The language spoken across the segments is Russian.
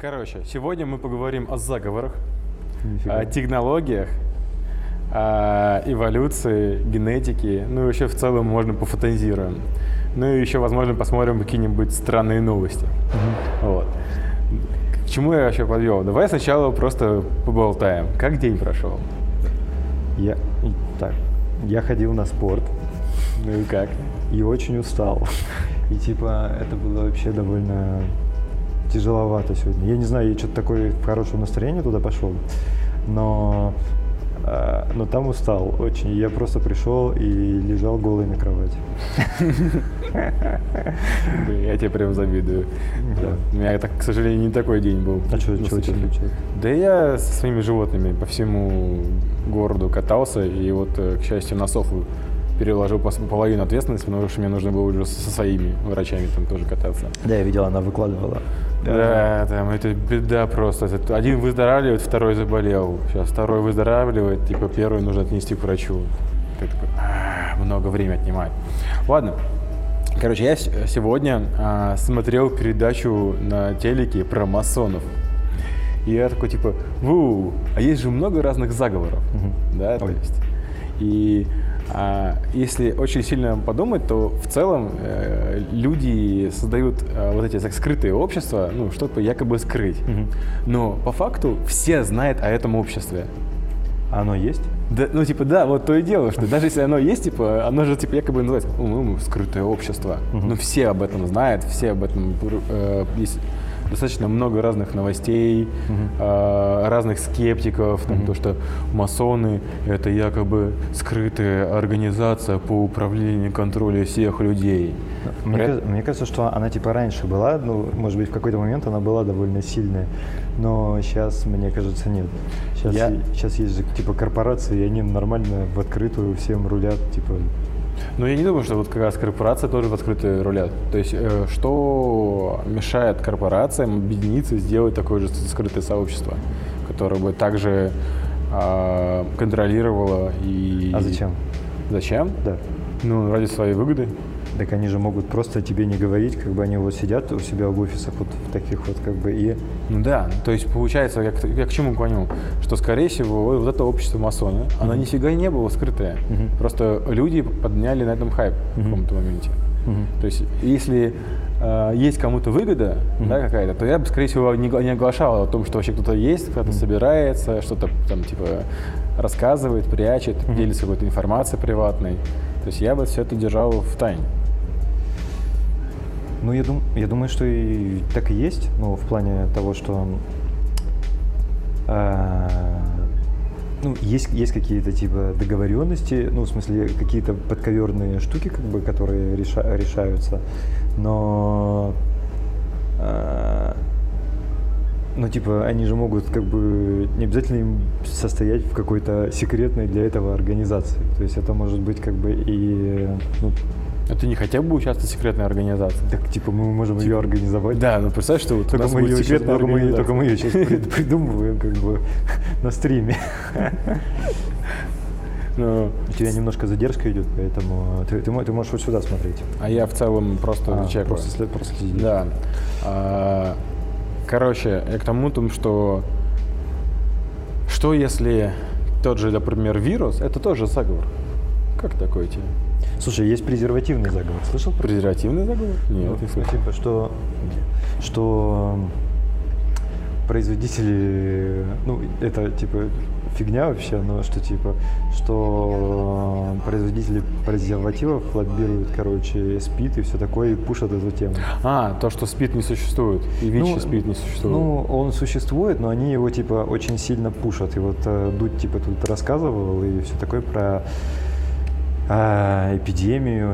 Короче, сегодня мы поговорим о заговорах, Нифига. о технологиях, о эволюции, генетике, ну и вообще в целом можно пофантазируем. Ну и еще, возможно, посмотрим какие-нибудь странные новости. Вот. К чему я вообще подвел? Давай сначала просто поболтаем. Как день прошел? Я ходил на спорт. Ну и как? И очень устал. И это было вообще довольно тяжеловато сегодня. Я не знаю, я что-то такое в хорошем настроении туда пошел, но там устал очень. Я просто пришел и лежал голый на кровати. Я тебе прям завидую. У меня, к сожалению, не такой день был. А что случилось? Да я со своими животными по всему городу катался, и вот, к счастью, на Софу переложил половину ответственности, потому что мне нужно было уже со своими врачами там тоже кататься. Да, я видел, она выкладывала. Да, там это беда просто. Один выздоравливает, второй заболел. Сейчас второй выздоравливает, первый нужно отнести к врачу. Ты такой, много времени отнимает. Ладно. Короче, я сегодня смотрел передачу на телеке про масонов. И я такой, а есть же много разных заговоров. Да, то есть. И если очень сильно подумать, то в целом люди создают вот эти скрытые общества, чтобы якобы скрыть. Но по факту все знают о этом обществе. А оно есть? Да, да, вот то и дело, что даже если оно есть, оно же якобы называется скрытое общество. Но все об этом знают, все об этом есть. Достаточно много разных новостей, разных скептиков, то, что масоны – это якобы скрытая организация по управлению и контролю всех людей. Мне кажется, что она раньше была, может быть, в какой-то момент она была довольно сильная, но сейчас, мне кажется, нет. Сейчас есть же корпорации, и они нормально в открытую всем рулят, Но я не думаю, что как раз корпорации тоже в открытую рулят. То есть, что мешает корпорациям объединиться и сделать такое же скрытое сообщество, которое бы также контролировало и… А зачем? Зачем? Да. Ради своей выгоды. Так они же могут просто тебе не говорить, они сидят у себя в офисах в таких и… Да, то есть получается, я к чему клоню, что скорее всего вот это общество масоны, оно нифига не было скрытое, просто люди подняли на этом хайп в каком-то моменте. То есть если есть кому-то выгода, какая-то, то я бы, скорее всего, не оглашал о том, что вообще кто-то есть, кто-то собирается, что-то там рассказывает, прячет, делится какой-то информацией приватной. То есть я бы все это держал в тайне. Я думаю, что и так и есть, в плане того, что есть какие-то договоренности, в смысле какие-то подковерные штуки, которые решаются, но они же могут не обязательно им состоять в какой-то секретной для этого организации. То есть это может быть и… А ты не хотел бы участвовать в секретной организации? Так, мы можем ее организовать. Да, представь, что вот у нас будет секретная организация. Только мы ее сейчас придумываем на стриме. У тебя немножко задержка идет, поэтому ты можешь вот сюда смотреть. А я в целом просто чекаю. Просто следишь. Да. Короче, я к тому, что если тот же, например, вирус, это тоже заговор. Как такое тебе? Слушай, есть презервативный заговор. Слышал? Презервативный заговор? Нет, не слышал. Что производители, это фигня вообще, но что производители презервативов лоббируют, СПИД и все такое, и пушат эту тему. То, что СПИД не существует, и ВИЧ СПИД не существует. Он существует, но они его очень сильно пушат. И вот Дудь тут рассказывал, и все такое про эпидемию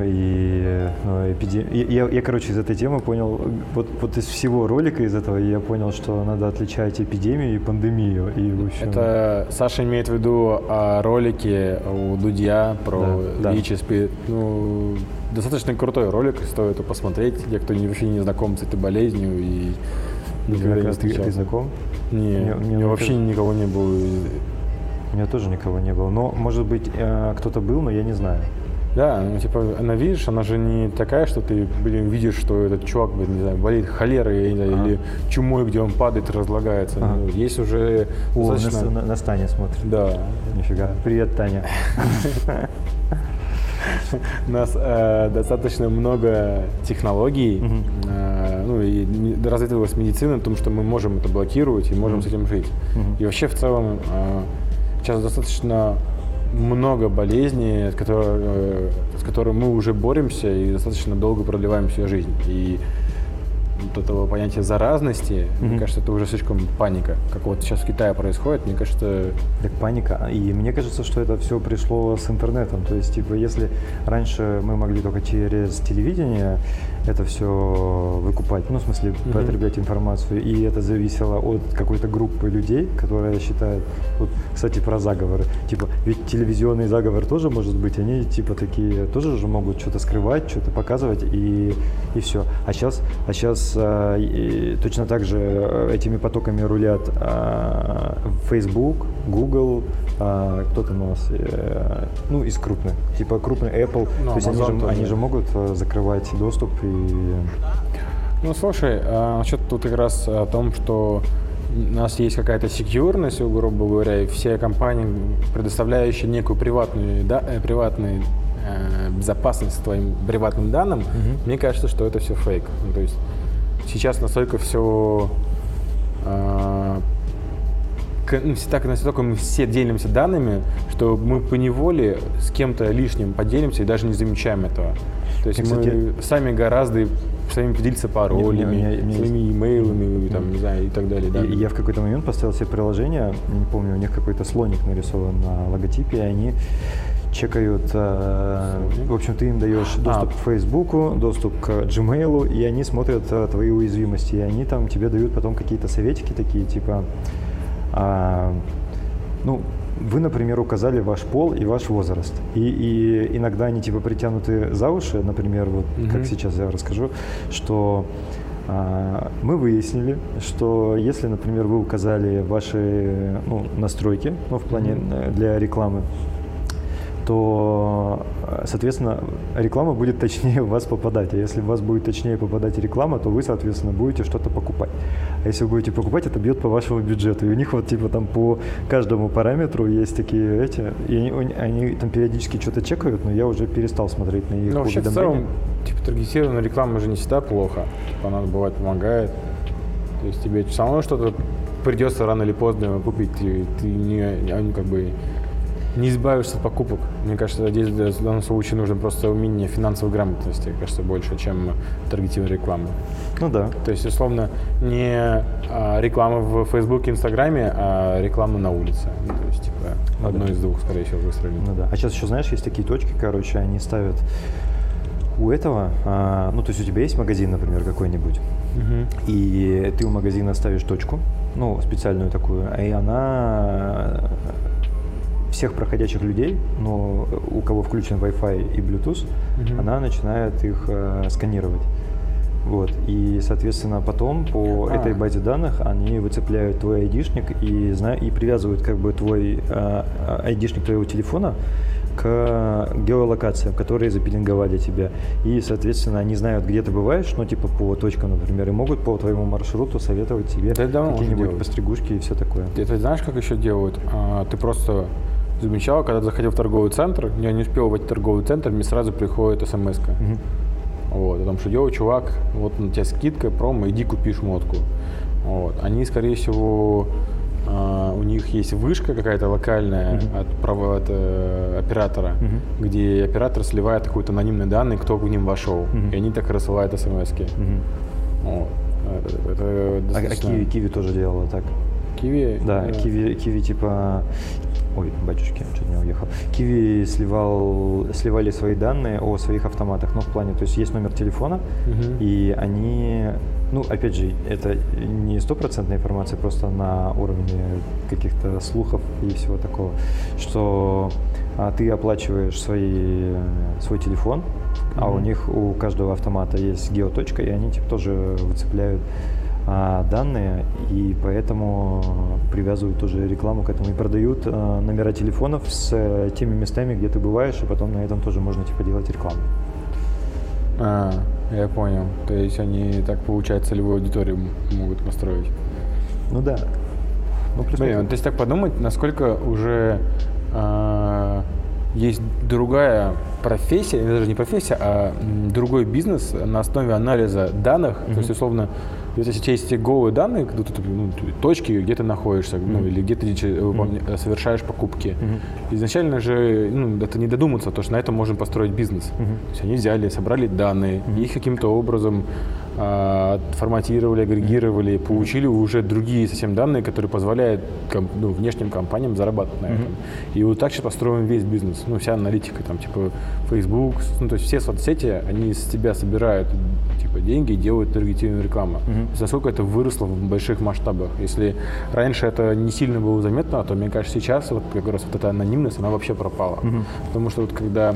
Я, из этой темы понял, вот из всего ролика из этого я понял, что надо отличать эпидемию и пандемию. И, в общем… Это Саша имеет в виду о ролике у Дудя про ВИЧ и СПИД. Достаточно крутой ролик, стоит посмотреть, те, кто вообще не знаком с этой болезнью и никогда не встречался. Ты знаком? Нет, у меня вообще никого не было. У меня тоже никого не было. Но, может быть, кто-то был, но я не знаю. Да, ну, типа, она, видишь, она же не такая, что ты, блин, видишь, что этот чувак, блин, не знаю, болеет холерой, я не знаю, или чумой, где он падает и разлагается. Ну, есть уже достаточно... на Тане смотрит. Да. Нифига. Привет, Таня. У нас достаточно много технологий, ну и развивалась медицина, потому что мы можем это блокировать и можем с этим жить. И вообще в целом сейчас достаточно много болезней, с которыми мы уже боремся и достаточно долго продлеваем свою жизнь. И вот этого понятия заразности, мне кажется, это уже слишком паника. Как вот сейчас в Китае происходит, мне кажется... Так паника. И мне кажется, что это все пришло с интернетом. То есть, типа, если раньше мы могли только через телевидение это все выкупать, ну, в смысле, потреблять информацию, и это зависело от какой-то группы людей, которые считают... Вот, кстати, про заговоры. Типа, ведь телевизионный заговор тоже может быть, они, типа, такие тоже же могут что-то скрывать, что-то показывать, и все. А сейчас точно так же этими потоками рулят Facebook, Google, кто там у нас, ну, из крупных, типа крупный Apple, то есть они же могут закрывать доступ и... Ну, слушай, насчет тут как раз о том, что у нас есть какая-то секьюрность, грубо говоря, и все компании, предоставляющие некую приватную безопасность твоим приватным данным, мне кажется, что это все фейк. Ну, то есть сейчас настолько все настолько мы все делимся данными, что мы поневоле с кем-то лишним поделимся и даже не замечаем этого. То есть мы сами гораздо поделиться паролями, своими имейлами, там, не знаю, и так далее. Да. Я в какой-то момент поставил себе приложение, не помню, у них какой-то слоник нарисован на логотипе, и они чекают, в общем, ты им даешь доступ к Фейсбуку, доступ к Gmail, и они смотрят твои уязвимости, и они там тебе дают потом какие-то советики такие, типа, ну, вы, например, указали ваш пол и ваш возраст, и иногда они типа притянуты за уши, например, вот как сейчас я расскажу, что мы выяснили, что если, например, вы указали ваши настройки, в плане для рекламы, то, соответственно, реклама будет точнее в вас попадать. А если в вас будет точнее попадать реклама, то вы, соответственно, будете что-то покупать. А если вы будете покупать, это бьет по вашему бюджету. И у них вот типа там по каждому параметру есть такие и они там периодически что-то чекают, но я уже перестал смотреть на их уведомления. Вообще в целом, типа, таргетированная реклама же не всегда плохо. Типа, она бывает помогает. То есть тебе все равно что-то придется рано или поздно купить. Они как бы не избавишься от покупок. Мне кажется, здесь в данном случае нужно просто умение финансовой грамотности, кажется, больше, чем таргетированная реклама. Ну да. То есть, условно, не реклама в Фейсбуке, Инстаграме, а реклама на улице. Ну, то есть, типа, одно из двух, скорее всего, выстрелит. Ну да. А сейчас еще, знаешь, есть такие точки, короче, они ставят у этого, ну, то есть у тебя есть магазин, например, какой-нибудь, и ты у магазина ставишь точку, ну, специальную такую, и она всех проходящих людей, но у кого включен Wi-Fi и Bluetooth, она начинает их сканировать. Вот. И, соответственно, потом по этой базе данных они выцепляют твой айдишник и привязывают как бы твой айдишник твоего телефона к геолокациям, которые запеленговали тебя. И, соответственно, они знают, где ты бываешь, ну, типа по точкам, например, и могут по твоему маршруту советовать тебе какие-нибудь постригушки и все такое. Ты знаешь, как еще делают? Ты просто замечал, когда ты заходил в торговый центр, я не успел войти в торговый центр, мне сразу приходит смс-ка. Вот, потому что, йоу, чувак, вот на тебя скидка, промо, иди купи шмотку. Вот. Они, скорее всего, у них есть вышка какая-то локальная от оператора, где оператор сливает какие-то анонимные данные, кто к ним вошел. И они так рассылают смс-ки. Вот. Это достаточно... А Киви тоже делала так? Киви? Да, Киви типа... Ой, батюшки, чуть не уехал. Киви сливали свои данные о своих автоматах, ну, в плане, то есть есть номер телефона, и они, ну, опять же, это не стопроцентная информация, просто на уровне каких-то слухов и всего такого, что ты оплачиваешь свой телефон, а у них, у каждого автомата есть геоточка, и они типа тоже выцепляют данные, и поэтому привязывают тоже рекламу к этому и продают номера телефонов с теми местами, где ты бываешь, и потом на этом тоже можно типа делать рекламу. Я понял. То есть они так, получается, целевую аудиторию могут построить. Ну да. Ну, блин, то есть так подумать, насколько уже есть другая профессия, даже не профессия, а другой бизнес на основе анализа данных. То есть, условно, если есть голые данные, точки, где ты находишься, или где ты совершаешь покупки. Изначально же это не додуматься, потому что на этом можно построить бизнес. То есть они взяли, собрали данные, их каким-то образом форматировали, агрегировали, получили уже другие совсем данные, которые позволяют внешним компаниям зарабатывать на этом. И вот так же построен весь бизнес, вся аналитика, там, типа Facebook, то есть все соцсети, они с тебя собирают типа деньги и делают таргетированную рекламу. То есть насколько это выросло в больших масштабах. Если раньше это не сильно было заметно, то, мне кажется, сейчас вот как раз вот эта анонимность, она вообще пропала. Потому что вот когда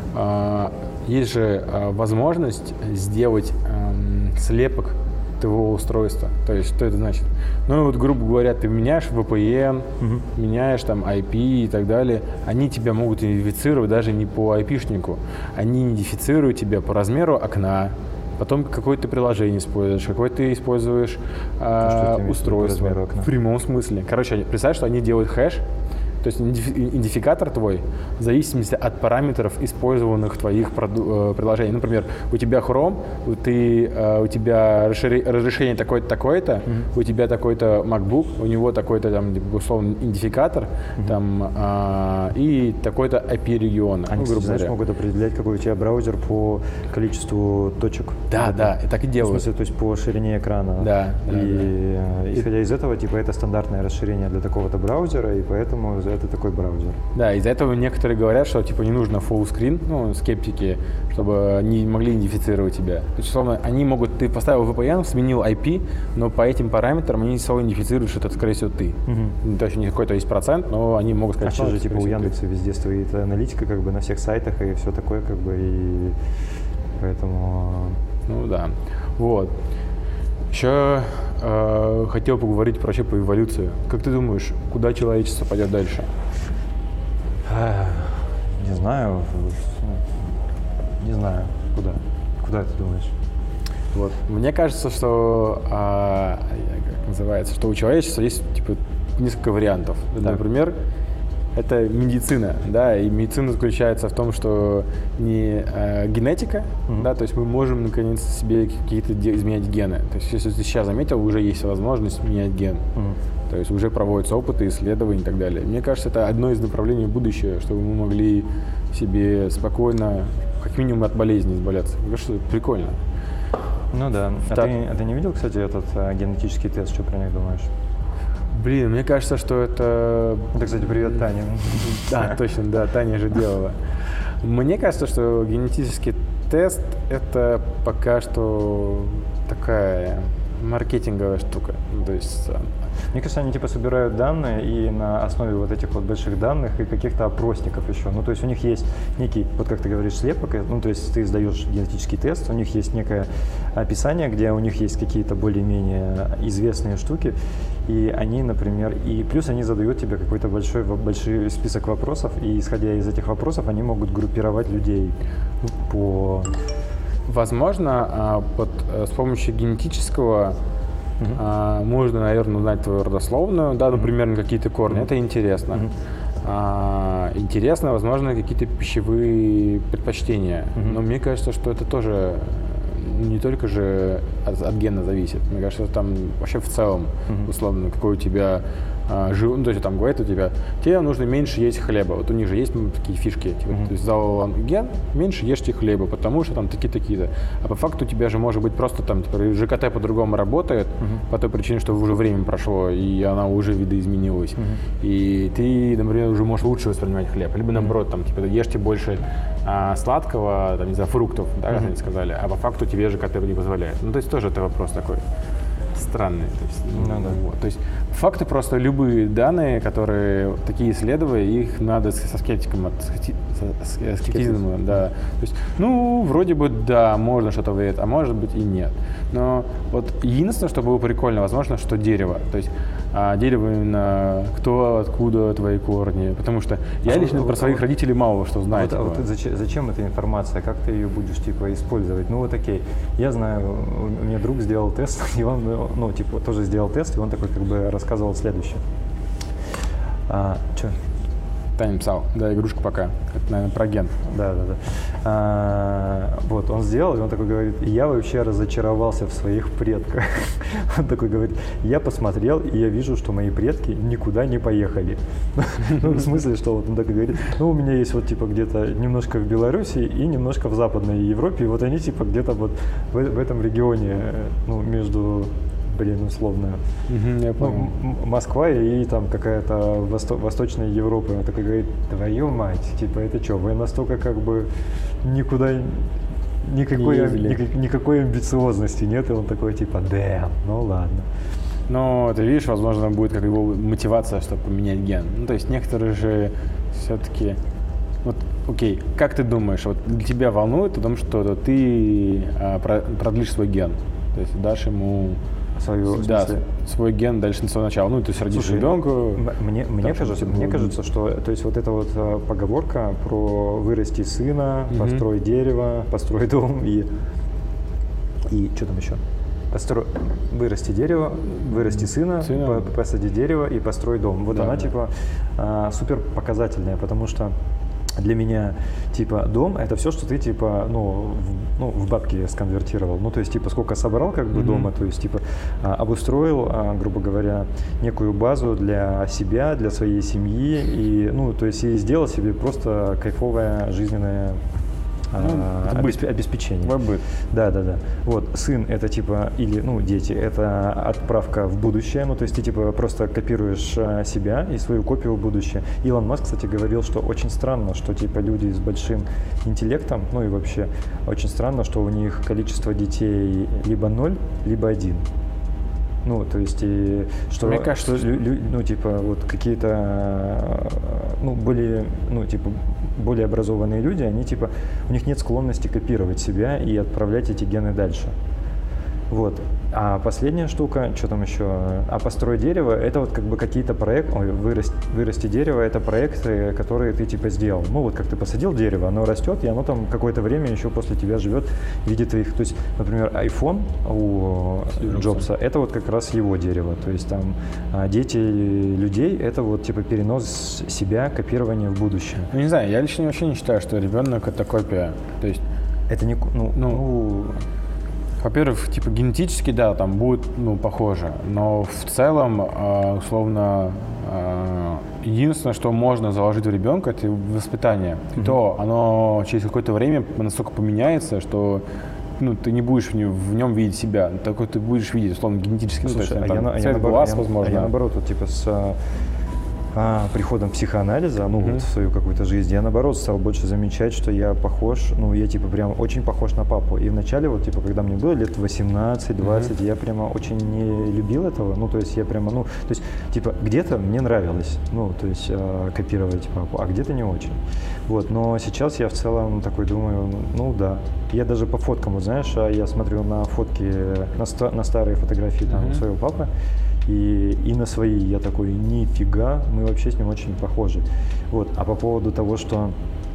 есть же возможность сделать слепок твоего устройства. То есть, что это значит? Ну, вот, грубо говоря, ты меняешь VPN, меняешь там IP и так далее. Они тебя могут идентифицировать даже не по IP-шнику. Они идентифицируют тебя по размеру окна, потом какое ты приложение используешь, какое ты используешь устройство. В прямом смысле. Короче, представь, что они делают хэш, то есть идентификатор твой в зависимости от параметров использованных твоих приложений. Например, у тебя Chrome, у тебя разрешение такое-то, такое-то, у тебя такой-то MacBook, у него такой-то там, условно, идентификатор там, и такой-то IP-регион. Они, кстати, знаешь, могут определять, какой у тебя браузер по количеству точек. Да, и так и делают. В смысле, то есть по ширине экрана. Да. Исходя из этого, типа, это стандартное расширение для такого-то браузера, и поэтому это такой браузер. Да, из-за этого некоторые говорят, что типа не нужно full screen, скептики, чтобы они могли идентифицировать тебя. То есть, условно, ты поставил VPN, сменил IP, но по этим параметрам они сразу идентифицируют, что это, скорее всего, ты. То есть у них какой-то есть процент, но они могут сказать, что же, типа, у Яндекса везде стоит аналитика, как бы, на всех сайтах и все такое, как бы, и поэтому... Ну да. Вот. Еще хотел поговорить вообще по эволюции. Как ты думаешь, куда человечество пойдет дальше? Не знаю. Куда? Куда ты думаешь? Вот. Мне кажется, что что у человечества есть типа несколько вариантов. Да. Например, это медицина, да, и медицина заключается в том, что не генетика, да, то есть мы можем наконец себе какие-то изменять гены. То есть, если ты сейчас заметил, уже есть возможность менять ген. То есть уже проводятся опыты, исследования и так далее. Мне кажется, это одно из направлений будущего, чтобы мы могли себе спокойно, как минимум, от болезней избавляться. Мне кажется, это прикольно. Ну да. А ты не видел, кстати, этот генетический тест? Что про них думаешь? Блин, мне кажется, что это... Это, кстати, привет, Таня. Да, точно, да, Таня же делала. Мне кажется, что генетический тест – это пока что такая маркетинговая штука. То есть... Мне кажется, они типа собирают данные и на основе вот этих вот больших данных и каких-то опросников еще. Ну, то есть у них есть некий, вот как ты говоришь, слепок, ну, то есть ты сдаешь генетический тест, у них есть некое описание, где у них есть какие-то более-менее известные штуки, и они, например, и плюс они задают тебе какой-то большой список вопросов, и исходя из этих вопросов они могут группировать людей по... Возможно, с помощью генетического можно, наверное, узнать твою родословную, да, например, какие-то корни. Это интересно. Интересно, возможно, какие-то пищевые предпочтения. Но мне кажется, что это тоже не только же от гена зависит. Мне кажется, там вообще в целом, условно, какой у тебя ну, то есть там говорят, тебе нужно меньше есть хлеба. Вот у них же есть такие фишки. Типа, то есть взял ген, меньше ешьте хлеба, потому что там такие-такие-то. А по факту у тебя же может быть просто там типа, ЖКТ по-другому работает, по той причине, что уже время прошло, и она уже видоизменилась. И ты, например, уже можешь лучше воспринимать хлеб. Либо наоборот, там, типа, ешьте больше сладкого, там, не знаю, фруктов, да, как они сказали, а по факту тебе ЖКТ не позволяет. Ну, то есть тоже это вопрос такой странный. То есть, вот. То есть факты просто любые данные, которые такие исследования, их надо со скептиком, скептизмом, да. То есть, ну, вроде бы, да, можно что-то влиять, а может быть и нет. Но вот единственное, что было прикольно, возможно, что дерево. То есть дерево именно кто, откуда твои корни. Потому что я лично про своих родителей мало что знаю. Зачем эта информация? Как ты ее будешь типа использовать? Ну вот окей, я знаю, у меня друг сделал тест, и он, ну типа тоже сделал тест, и он такой как бы рассказывал следующее. Че? Таня написал, да, игрушка пока. Это, наверное, про ген. Да. Вот, он сделал, и он такой говорит, я вообще разочаровался в своих предках. Он такой говорит, я посмотрел, и я вижу, что мои предки никуда не поехали. Ну, в смысле, что вот он такой говорит, ну, у меня есть вот типа где-то немножко в Беларуси и немножко в Западной Европе, и вот они типа где-то вот в этом регионе, ну, между... условно, Москва и там какая-то Восточная Европа. Он такой говорит, твою мать, типа, это что, вы настолько как бы никакой амбициозности нет, и он такой типа, да, ну ладно. Но ты видишь, возможно, будет как его мотивация, чтобы поменять ген. Ну, то есть некоторые же все-таки... Вот, окей, как ты думаешь, вот для тебя волнует о том, что ты продлишь свой ген? То есть дашь ему... свой ген дальше на свое начало. Ну, то есть родишь ребенка. Мне кажется, что то есть вот эта вот поговорка про вырасти сына, построй дерево, построй дом и что там еще? Вырасти дерево, вырасти сына, посади дерево и построй дом. Вот она типа супер показательная, потому что для меня, типа, дом – это все, что ты, типа, в бабки сконвертировал. Ну, то есть, типа, сколько собрал, как бы, дома, то есть, типа, обустроил, грубо говоря, некую базу для себя, для своей семьи, и, ну, то есть, и сделал себе просто кайфовое жизненное обеспечение. Быт. Да. Вот, сын это типа, или, дети, это отправка в будущее, ну, то есть ты типа просто копируешь себя и свою копию в будущее. Илон Маск, кстати, говорил, что очень странно, что типа люди с большим интеллектом, ну и вообще очень странно, что у них количество детей либо 0, либо 1. Ну, то есть, и что, мне кажется, вот какие-то, более образованные люди, они, типа, у них нет склонности копировать себя и отправлять эти гены дальше. Вот. А последняя штука, что там еще? Построй дерево, это вот как бы какие-то проекты, вырасти дерево, это проекты, которые ты типа сделал. Ну вот как ты посадил дерево, оно растет, и оно там какое-то время еще после тебя живет в виде твоих. То есть, например, iPhone у Джобса, это вот как раз его дерево. То есть там дети людей, это вот типа перенос себя, копирование в будущее. Ну не знаю, я лично вообще не считаю, что ребенок это копия. То есть это не, во-первых, типа генетически, да, там будет, похоже, но в целом, условно, единственное, что можно заложить в ребенка, это воспитание. То оно через какое-то время настолько поменяется, что ты не будешь в нем видеть себя, только ты будешь видеть, условно, генетически. Слушай, цвет глаз, возможно. Я наоборот, вот, типа, с приходом психоанализа, вот в свою какую-то жизнь, я наоборот стал больше замечать, что я похож, я типа прям очень похож на папу. И вначале, вот типа, когда мне было лет 18-20, я прямо очень не любил этого, то есть я прямо, то есть типа где-то мне нравилось, то есть копировать папу, а где-то не очень. Вот, но сейчас я в целом такой думаю, да. Я даже по фоткам, вот знаешь, я смотрю на фотки, на старые фотографии там своего папы, и на свои я такой, нифига, мы вообще с ним очень похожи. Вот. А по поводу того, что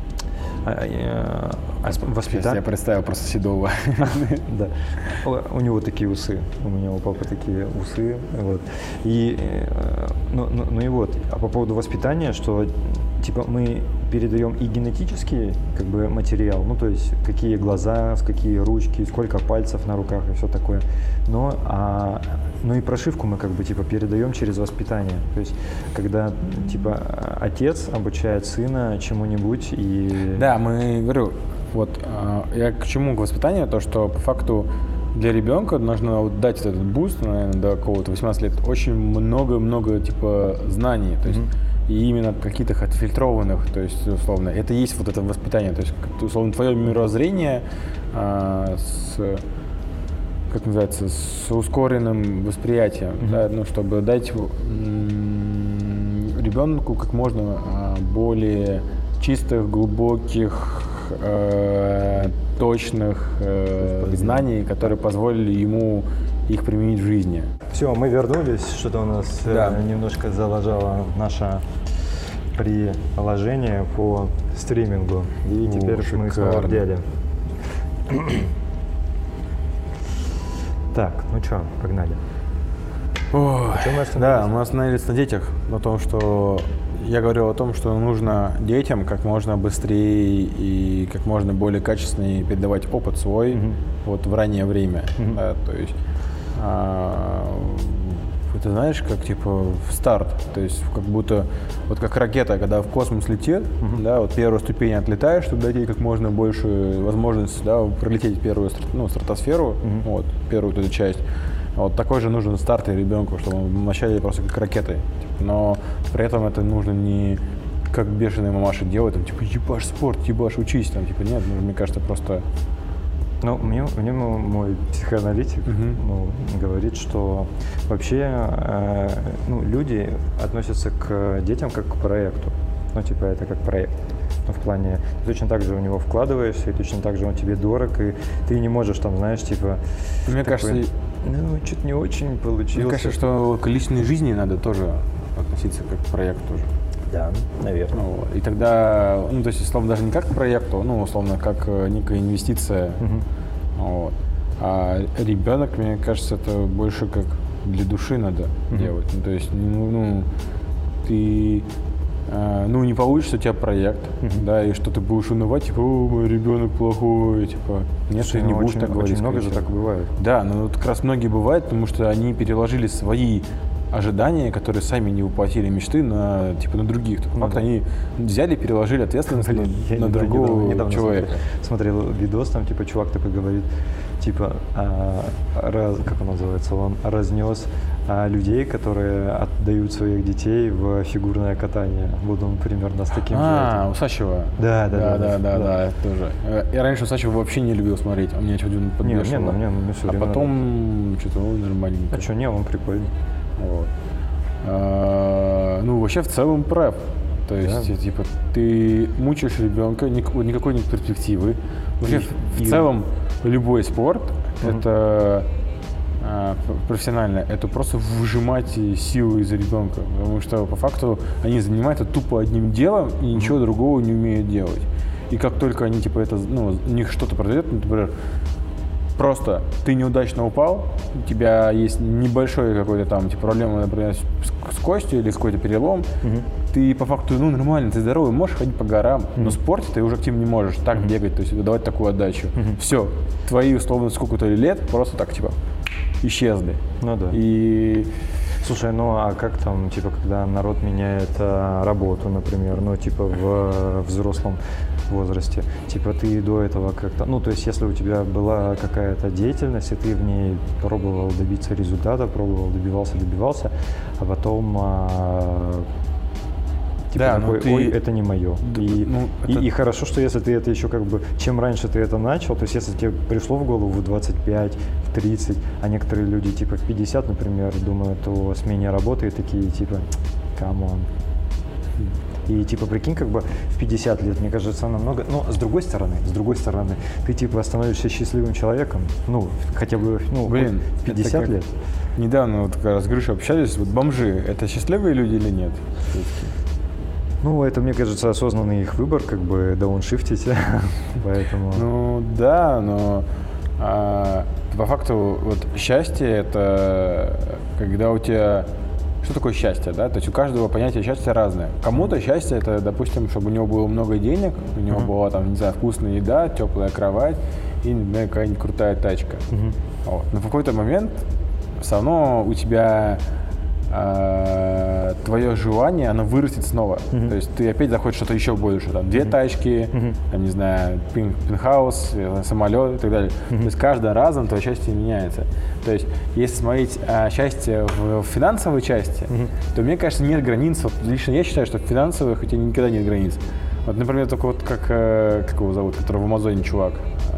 воспитание... Я представил просто Седова. Да. У него такие усы, у меня у папы такие усы. Вот. И, и вот, а по поводу воспитания, что типа мы передаем и генетический как бы материал, то есть какие глаза, какие ручки, сколько пальцев на руках и все такое, но и прошивку мы как бы типа передаем через воспитание, то есть когда типа отец обучает сына чему-нибудь и... Да, говорю, вот я к чему, к воспитанию, то что по факту для ребенка нужно дать этот буст, наверное, до какого-то 18 лет, очень много типа знаний, то есть и именно каких-то отфильтрованных, то есть, условно, это есть вот это воспитание, то есть, условно, твое мировоззрение как называется, с ускоренным восприятием, да, чтобы дать ребенку как можно более чистых, глубоких, точных знаний, которые позволили ему их применить в жизни. все, мы вернулись, что-то у нас немножко залажало наше приложение по стримингу, и теперь мы снова в деле. Так, ну что, погнали. Мы остановились на детях, на том, что я говорил о том, что нужно детям как можно быстрее и как можно более качественнее передавать опыт свой вот в раннее время. Да, то есть ты знаешь, как типа в старт, то есть как будто вот как ракета, когда в космос летит, да, вот первую ступень отлетаешь, чтобы дать ей как можно больше возможность, да, пролететь первую, стратосферу, вот первую эту часть. Вот такой же нужен старт и ребенку, чтобы он вначале просто как ракетой. Типа, но при этом это нужно не как бешеная мамаша делает, там, типа, ебашь спорт, ебашь учись, там, типа, нет, мне кажется, просто... Ну, мне мой психоаналитик говорит, что вообще люди относятся к детям как к проекту. Ну, типа, это как проект. Ну, в плане, ты точно так же в него вкладываешься, и точно так же он тебе дорог, и ты не можешь там, знаешь, типа... Мне кажется... что-то не очень получилось. Мне кажется, что к личной жизни надо тоже относиться как к проекту тоже. Да, наверное. И тогда, то есть, условно, даже не как к проекту, условно, как некая инвестиция. Вот. А ребенок, мне кажется, это больше как для души надо делать. Ну, то есть, ты... не получится у тебя проект, да, и что ты будешь унывать, типа, о, мой ребенок плохой, типа, нет, ты не будешь так говорить. Очень много же так бывает. Да, но вот как раз многие бывают, потому что они переложили свои ожидания, которые сами не воплотили мечты на других. Факт, они взяли и переложили ответственность на другого человека. Смотрел видос, там, типа, чувак такой говорит, типа, как он называется, он разнес людей, которые отдают своих детей в фигурное катание. Вот он примерно с таким же. Усачева. Да, тоже. Я раньше Усачева вообще не любил смотреть, он меня чуть-чуть подбешивал. А потом что-то нормальненько. А что, не, он прикольный. Вот. Вообще в целом прав. То есть, типа, ты мучаешь ребенка, никакой нет перспективы. Вообще, в целом, любой спорт, это профессионально, это просто выжимать силу из ребенка. Потому что, по факту, они занимаются тупо одним делом и ничего другого не умеют делать. И как только они, типа, у них что-то произойдет, например, просто ты неудачно упал, у тебя есть небольшой какой-то там, типа, проблема, например, с костью или какой-то перелом, ты по факту, нормально, ты здоровый, можешь ходить по горам, но в спорте ты уже активно не можешь так бегать, то есть давать такую отдачу. Все, твои, условно, сколько-то лет просто так, типа, исчезли. Ну да. И... Слушай, а как там, типа, когда народ меняет работу, например, типа, в взрослом возрасте, типа, ты до этого как-то, то есть, если у тебя была какая-то деятельность, и ты в ней пробовал добиться результата, добивался, а потом типа, такой, это не мое. И хорошо, что если ты это еще как бы, чем раньше ты это начал, то есть если тебе пришло в голову в 25, в 30, а некоторые люди типа в 50, например, думают о смене работы и такие типа, come on. И типа, прикинь, как бы в 50 лет, мне кажется, намного... Но с другой стороны, ты типа становишься счастливым человеком, хотя бы, в 50 лет. Недавно вот как раз с Гришей общались, вот бомжи, это счастливые люди или нет? Это, мне кажется, осознанный их выбор, как бы дауншифтить, поэтому... Да, но по факту вот счастье – это когда у тебя… Что такое счастье, да? То есть у каждого понятие счастья разное. Кому-то счастье – это, допустим, чтобы у него было много денег, у него была, там, не знаю, вкусная еда, теплая кровать и, какая-нибудь крутая тачка. Вот. Но в какой-то момент все равно у тебя твое желание, оно вырастет снова. То есть ты опять захочешь что-то еще больше. Там 2 тачки, там, не знаю, пентхаус, самолет и так далее. То есть каждым разом твое счастье меняется. То есть если смотреть счастье в финансовой части, то, мне кажется, нет границ. Вот лично я считаю, что в финансовых у тебя никогда нет границ. Вот, например, только вот как его зовут, который в Амазоне чувак.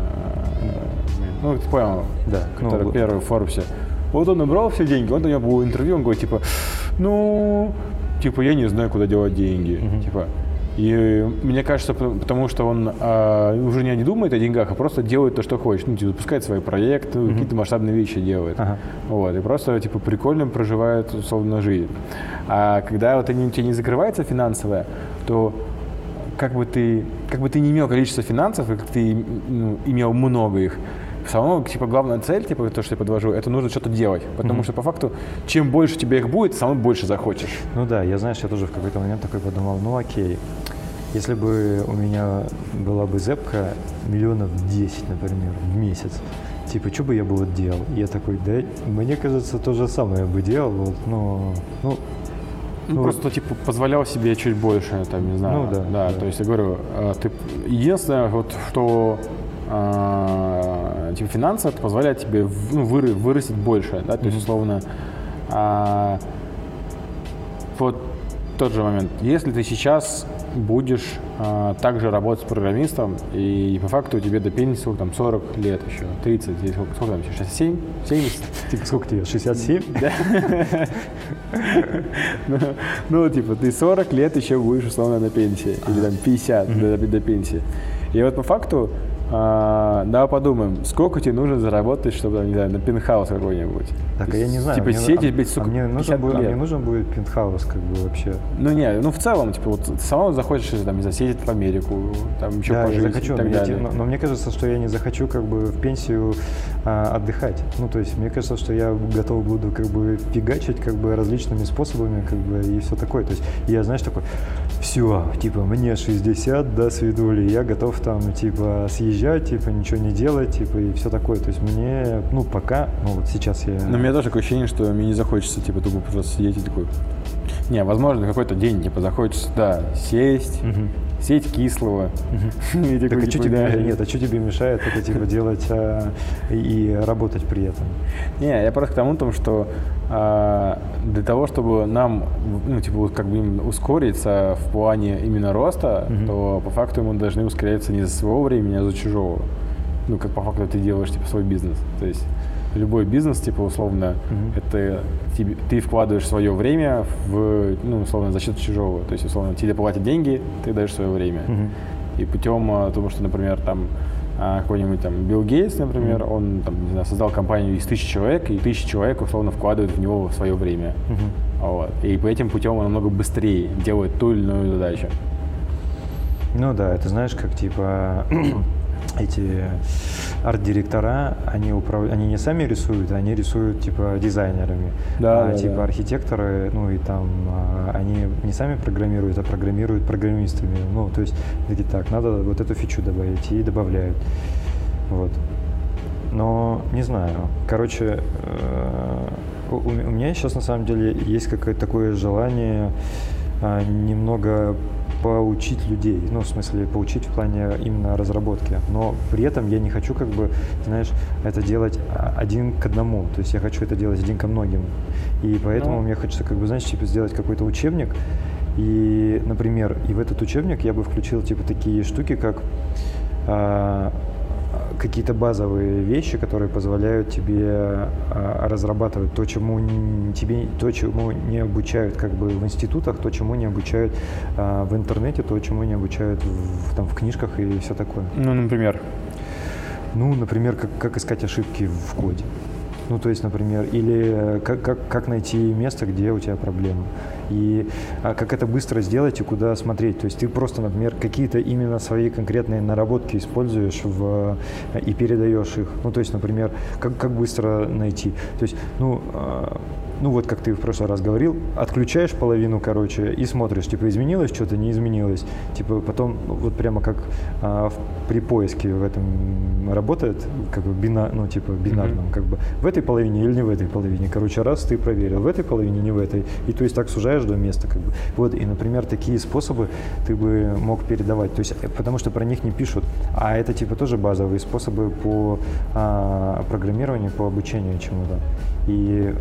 Ты понял, да, который первый в Форбсе. Вот он набрал все деньги, у него было интервью, он говорит, я не знаю, куда девать деньги. И мне кажется, потому что он уже не думает о деньгах, а просто делает то, что хочет. Ну, типа, запускает свои проекты, какие-то масштабные вещи делает. Вот, и просто, типа, прикольно проживает, условно, жизнь. А когда вот у тебя не закрывается финансовая, то как бы ты не имел количество финансов, и как ты имел много их, все равно, типа, главная цель, типа, то, что я подвожу, это нужно что-то делать. Потому что, по факту, чем больше у тебя их будет, самое больше захочешь. Ну да, я тоже в какой-то момент такой подумал, ну окей, если бы у меня была бы зэпка 10 миллионов, например, в месяц, типа, что бы я бы вот делал? И я такой, да, мне кажется, то же самое я бы делал, вот, просто, типа, позволял себе чуть больше, там, не знаю. Ну да. То есть, я говорю, единственное, вот, что типа, финансы это позволяет тебе вырастить больше, да, то есть, условно, вот тот же момент, если ты сейчас будешь также работать с программистом, и по факту тебе до пенсии сколько там, 40 лет еще, 30, сколько там, 67, 70? Типа, сколько тебе, 67? Да. Ну, типа, ты 40 лет еще будешь, условно, на пенсии, или там 50 до пенсии. И вот по факту, давай подумаем, сколько тебе нужно заработать, чтобы, не знаю, на пентхаус какой-нибудь. Так, я не знаю. Типа сидеть, блядь, сука, мне нужен будет пентхаус, как бы, вообще. Ну, в целом, типа, вот ты сама захочешь, там, не знаю, съездить в Америку, там, еще да, пожить я захочу, и так далее. Но мне кажется, что я не захочу, как бы, в пенсию отдыхать. Ну, то есть, мне кажется, что я готов буду, как бы, фигачить, как бы, различными способами, как бы, и все такое. То есть, я, знаешь, такой, все, типа, мне 60, да, свидули, я готов, там, типа, съезжать, типа, ничего не делать, типа, и все такое. То есть, мне, пока, вот сейчас я... Но у меня тоже такое ощущение, что мне не захочется, типа, тупо просто сидеть и такой... Не, возможно, какой-то день, типа, захочется, да, сесть кислого. Так, а что тебе мешает это, типа, делать и работать при этом? Не, я просто к тому, что для того, чтобы нам, как бы ускориться в плане именно роста, то по факту мы должны ускоряться не за своего времени, а за чужого. Ну, как по факту ты делаешь, типа, свой бизнес. То есть любой бизнес, типа, условно, это ты вкладываешь свое время условно, за счет чужого. То есть, условно, тебе платят деньги, ты даешь свое время. И путем того, что, например, там, какой-нибудь там Билл Гейтс, например, он там, не знаю, создал компанию из 1000 человек, и 1000 человек, условно, вкладывают в него свое время. Вот. И по этим путем он намного быстрее делает ту или иную задачу. Ну да, это знаешь, как типа эти арт-директора, они не сами рисуют, они рисуют типа дизайнерами. Типа архитекторы, и там они не сами программируют, а программируют программистами. Ну, то есть, такие, так, надо вот эту фичу добавить, и добавляют. Вот. Но не знаю. Короче, у меня сейчас на самом деле есть какое-то такое желание немного поучить людей, в смысле поучить в плане именно разработки, но при этом я не хочу, как бы, знаешь, это делать один к одному, то есть я хочу это делать один ко многим, и поэтому мне хочется, как бы, знаешь, типа сделать какой-то учебник, и, например, и в этот учебник я бы включил, типа, такие штуки, как какие-то базовые вещи, которые позволяют тебе разрабатывать то, чему не обучают, как бы, в институтах, то, чему не обучают в интернете, то, чему не обучают в книжках и все такое. Ну, например? Ну, например, как искать ошибки в коде. Ну, то есть, например, или как найти место, где у тебя проблема. И как это быстро сделать и куда смотреть. То есть ты просто, например, какие-то именно свои конкретные наработки используешь и передаешь их. Ну, то есть, например, как быстро найти. То есть, вот как ты в прошлый раз говорил, отключаешь половину, короче, и смотришь, типа, изменилось что-то, не изменилось. Типа, потом, вот прямо как при поиске в этом работает, как бы, бинарном, как бы, в этой половине или не в этой половине. Короче, раз ты проверил, в этой половине, не в этой. И то есть так сужаешь до места, как бы. Вот, и, например, такие способы ты бы мог передавать. То есть, потому что про них не пишут. А это, типа, тоже базовые способы по программированию, по обучению чему-то. И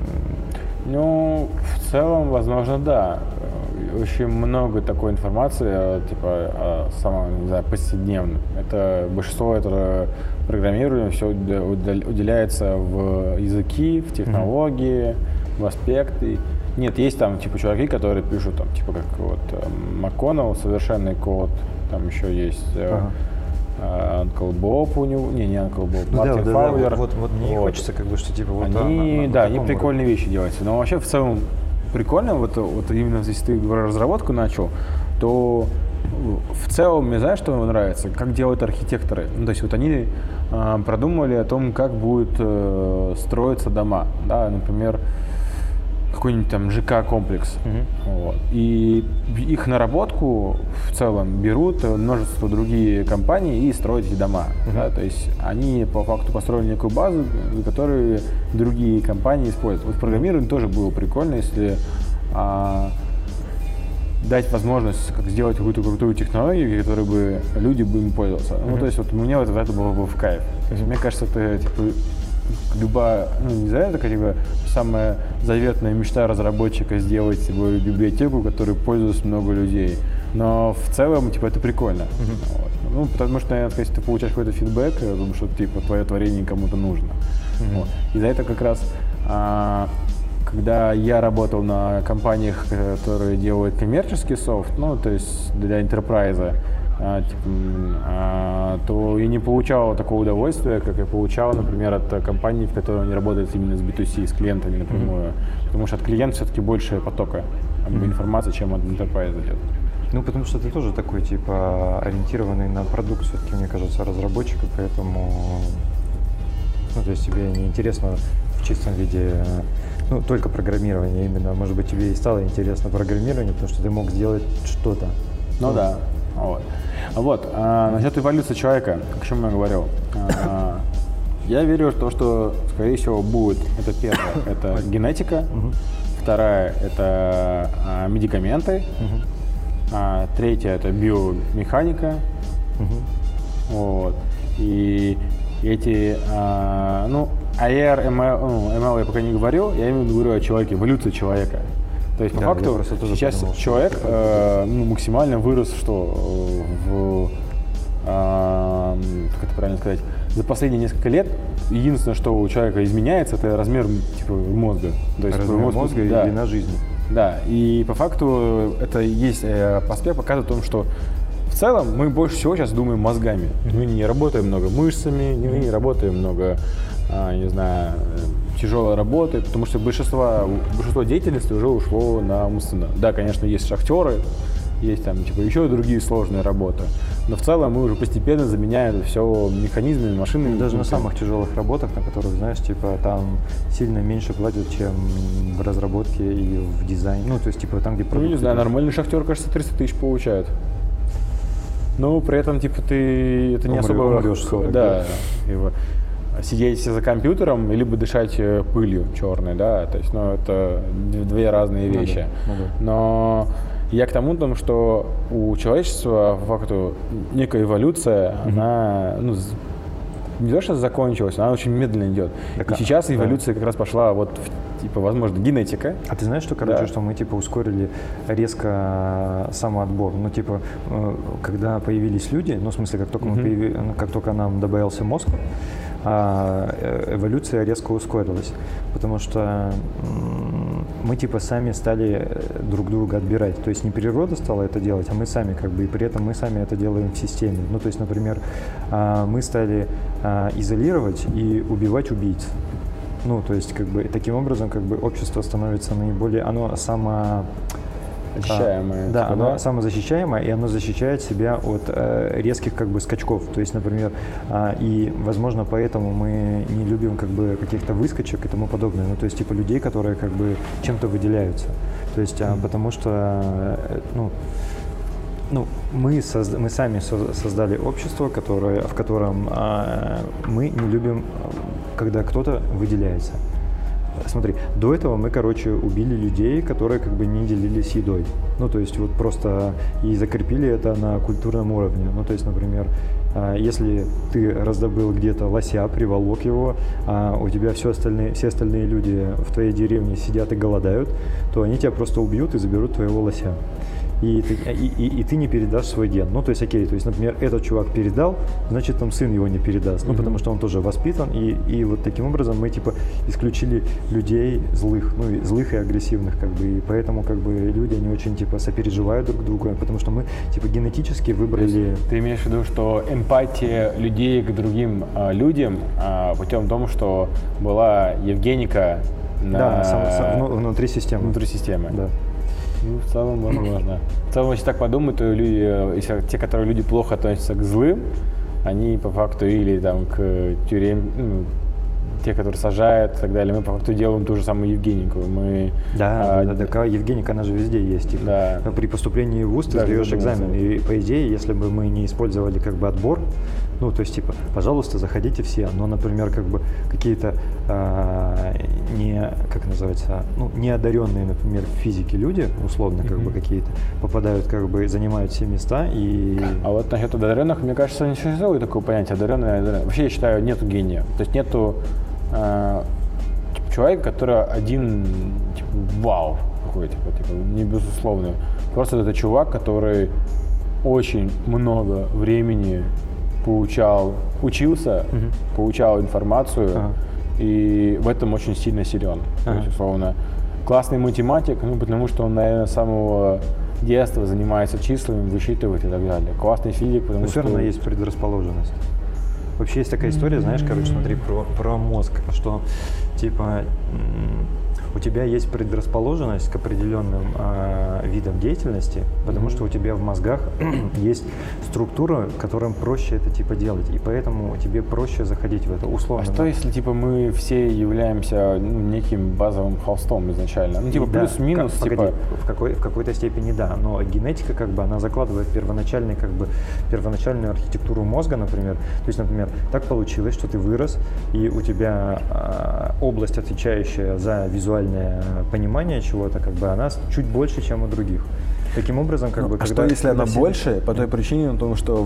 в целом, возможно, да. Очень много такой информации, типа, не знаю, повседневно. Это большинство этого программирования все уделяется в языки, в технологии, в аспекты. Нет, есть там типа чуваки, которые пишут там типа как вот МакКоннелл, совершенный код, там еще есть Uncle Bob у него, не Uncle Bob, Мартин Фаулер. Вот мне хочется как бы, что типа вот они, они прикольные вещи делаются, но вообще в целом прикольно, вот именно если ты разработку начал, то в целом мне знаешь, что мне нравится, как делают архитекторы. Ну, то есть вот они продумали о том, как будут строиться дома, да, например, какой-нибудь там ЖК-комплекс. Вот. И их наработку в целом берут множество другие компании и строят эти дома. Да? То есть они по факту построили некую базу, которую другие компании используют. Вот в программировании тоже было прикольно, если дать возможность как сделать какую-то крутую технологию, которой бы люди бы им пользовались. Ну, то есть вот мне вот это было бы в кайф. То есть мне кажется, это типа любая, ну не знаю, такая типа самая заветная мечта разработчика сделать себе библиотеку, которой пользуются много людей. Но в целом, типа, это прикольно. Вот. Ну, потому что, наверное, если ты получаешь какой-то фидбэк, потому что типа твое творение кому-то нужно. Вот. И за это как раз когда я работал на компаниях, которые делают коммерческий софт, ну, то есть для enterprise, то я не получал такого удовольствия, как я получал, например, от компаний, в которых они работают именно с B2C, с клиентами напрямую. Потому что от клиента все-таки больше потока информации, чем от enterprise идет. Ну, потому что ты тоже такой, типа, ориентированный на продукт, все-таки, мне кажется, разработчик, и поэтому, ну, то есть тебе не интересно в чистом виде, ну, только программирование именно. Может быть, тебе и стало интересно программирование, потому что ты мог сделать что-то. Ну да. Вот. Насчет эволюции человека, о чем я говорил. Я верю в то, что, скорее всего, будет. Это первое, это генетика. Вторая, это медикаменты. Третья, это биомеханика. Вот. И эти, AR, ML я пока не говорил, я именно говорю о человеке, эволюции человека. То есть, по факту, сейчас думал, человек максимально вырос, как это правильно сказать, за последние несколько лет единственное, что у человека изменяется, это размер типа мозга. То есть, размер мозга и длина жизни. Да, и по факту это есть аспект, показывает о том, что в целом мы больше всего сейчас думаем мозгами. Мы не работаем много мышцами, мы не работаем много, не знаю, тяжелой работы, потому что большинство деятельности уже ушло на умственно. Да, конечно, есть шахтеры, есть там типа еще другие сложные работы, но в целом мы уже постепенно заменяем все механизмами, машинами. Даже на самых тяжелых работах, на которых, знаешь, типа там сильно меньше платят, чем в разработке и в дизайне. Ну, то есть, типа там, где продукты. Ну, не знаю, нормальный шахтер, кажется, 300 тысяч получает. Но при этом, типа, ты это не особо... Умрёшь скоро. Да, его. Сидеть за компьютером, либо дышать пылью черной, да, то есть, это две разные вещи. Но я к тому, что у человечества, по факту, некая эволюция, она, не то что закончилась, она очень медленно идет. Так, и сейчас эволюция как раз пошла типа, возможно, генетика. А ты знаешь, что, короче, что мы, типа, ускорили резко самоотбор? Ну, типа, когда появились люди, в смысле, как только нам добавился мозг, эволюция резко ускорилась, потому что мы типа сами стали друг друга отбирать, то есть не природа стала это делать, а мы сами как бы, и при этом мы сами это делаем в системе. Ну, то есть, например, мы стали изолировать и убивать убийц. Ну, то есть, как бы, таким образом, как бы, общество становится наиболее, оно защищаемое. Да, оно самозащищаемое, и оно защищает себя от резких как бы скачков. То есть, например, и, возможно, поэтому мы не любим как бы каких-то выскочек и тому подобное. Ну, то есть, типа, людей, которые как бы чем-то выделяются. То есть, потому что, мы сами создали общество, в котором мы не любим, когда кто-то выделяется. Смотри, до этого мы, убили людей, которые как бы не делились едой. Ну, то есть вот просто и закрепили это на культурном уровне. Ну, то есть, например, если ты раздобыл где-то лося, приволок его, а у тебя все остальные люди в твоей деревне сидят и голодают, то они тебя просто убьют и заберут твоего лося. и ты не передашь свой ген. Ну, то есть, окей, то есть, например, этот чувак передал, значит, там сын его не передаст. Ну, потому что он тоже воспитан, и вот таким образом мы, типа, исключили людей злых, ну, злых и агрессивных, как бы, и поэтому, как бы, люди, они очень, типа, сопереживают друг другу, потому что мы, типа, генетически выбрали... Ты имеешь в виду, что эмпатия людей к другим людям путем в том, что была Евгеника внутри системы. Внутри системы. Да. Ну, в целом, возможно. В целом, если так подумать, то люди, если те, которые люди плохо относятся к злым, они по факту или там к тюрем, те, которые сажают и так далее, мы по факту делаем ту же самую Евгенику. Да, Евгеника, она же везде есть. Типа, да. При поступлении в ВУЗ ты сдаешь экзамен. И по идее, если бы мы не использовали как бы отбор, ну, то есть, типа, пожалуйста, заходите все. Но, например, как бы какие-то неодаренные, например, в физике люди, условно, как бы какие-то, попадают, как бы, занимают все места и... А вот насчет одаренных, мне кажется, не существует такого понятия одаренный. Вообще, я считаю, нету гения. То есть нету человека, который один, типа, вау, какой-то, типа, не безусловный. Просто это чувак, который очень много времени учился, получал информацию, и в этом очень сильно силен. То есть, условно, классный математик, потому что он, наверное, с самого детства занимается числами, высчитывает и так далее. Классный физик, потому что... Все равно есть предрасположенность. Вообще есть такая история, знаешь, короче, смотри, про мозг, что, типа, у тебя есть предрасположенность к определенным видам деятельности, потому что у тебя в мозгах есть структура, которым проще это, типа, делать, и поэтому тебе проще заходить в это, условно. А что если, типа, мы все являемся неким базовым холстом изначально? Ну, типа, да, плюс-минус, типа... Погоди, в какой-то степени да, но генетика, как бы, она закладывает первоначальную архитектуру мозга, например. То есть, например, так получилось, что ты вырос, и у тебя область, отвечающая за визуальное понимание чего-то, как бы, она чуть больше, чем у других. Таким образом, как бы, а что если она больше, по той причине, потому что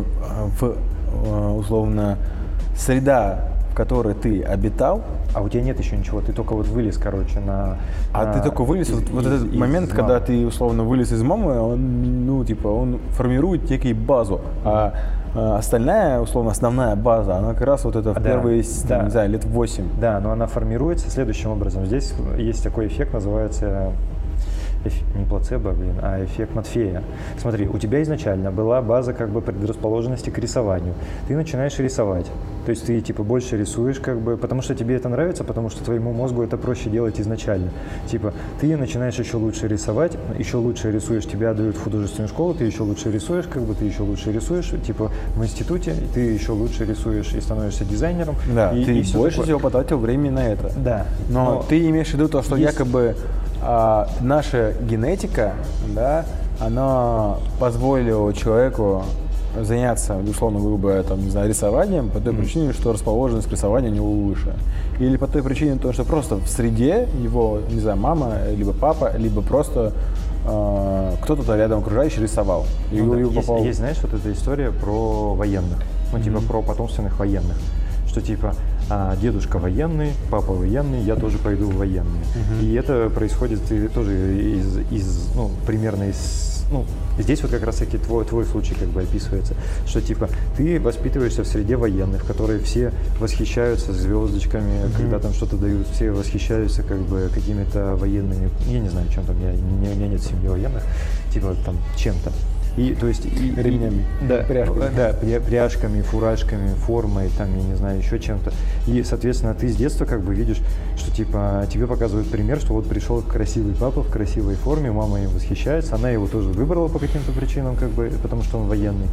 условно среда, в которой ты обитал, а у тебя нет еще ничего, ты только вот вылез, короче, ты только вылез, вот этот момент, когда ты условно вылез из мамы, он формирует некую базу, а остальная, условно, основная база, она как раз вот это в первые, не знаю, лет 8. Да, но она формируется следующим образом. Здесь есть такой эффект, называется не плацебо, а эффект Матфея. Смотри, у тебя изначально была база, как бы, предрасположенности к рисованию. Ты начинаешь рисовать. То есть ты, типа, больше рисуешь, как бы, потому что тебе это нравится, потому что твоему мозгу это проще делать изначально. Типа, ты начинаешь еще лучше рисовать, еще лучше рисуешь, тебя дают в художественную школу, ты еще лучше рисуешь, как бы, ты еще лучше рисуешь, типа, в институте ты еще лучше рисуешь и становишься дизайнером. Да, и ты больше всего потратил времени на это. Да. Но ты имеешь в виду то, что якобы наша генетика, да, она позволила человеку заняться, условно говоря, там, не знаю, рисованием по той причине, что расположенность к рисованию у него выше. Или по той причине, что просто в среде его, не знаю, мама, либо папа, либо просто кто-то рядом окружающий рисовал. Есть, знаешь, вот эта история про военных, типа про потомственных военных, что типа дедушка военный, папа военный, я тоже пойду в военные. И это происходит тоже примерно из здесь вот как раз таки твой случай, как бы, описывается, что типа ты воспитываешься в среде военных, которые все восхищаются звездочками, когда там что-то дают, все восхищаются, как бы, какими-то военными, я не знаю, чем там, у меня нет семьи военных, типа там чем-то. И, то есть, ремнями, пряжками, фуражками, формой, там, я не знаю, еще чем-то. И, соответственно, ты с детства, как бы, видишь, что, типа, тебе показывают пример, что вот пришел красивый папа в красивой форме, мама им восхищается, она его тоже выбрала по каким-то причинам, как бы, потому что он военный.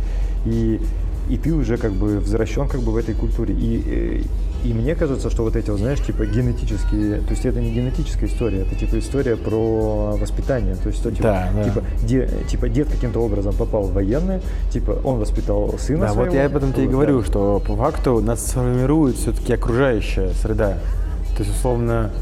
И ты уже, как бы, взращен, как бы, в этой культуре. И мне кажется, что вот эти, вот, знаешь, типа, генетические, то есть это не генетическая история, это, типа, история про воспитание. То есть, что, типа, дед каким-то образом попал в военные, типа, он воспитал сына своего. Да, вот я об этом тебе и говорю, что по факту нас сформирует все-таки окружающая среда. То есть, условно,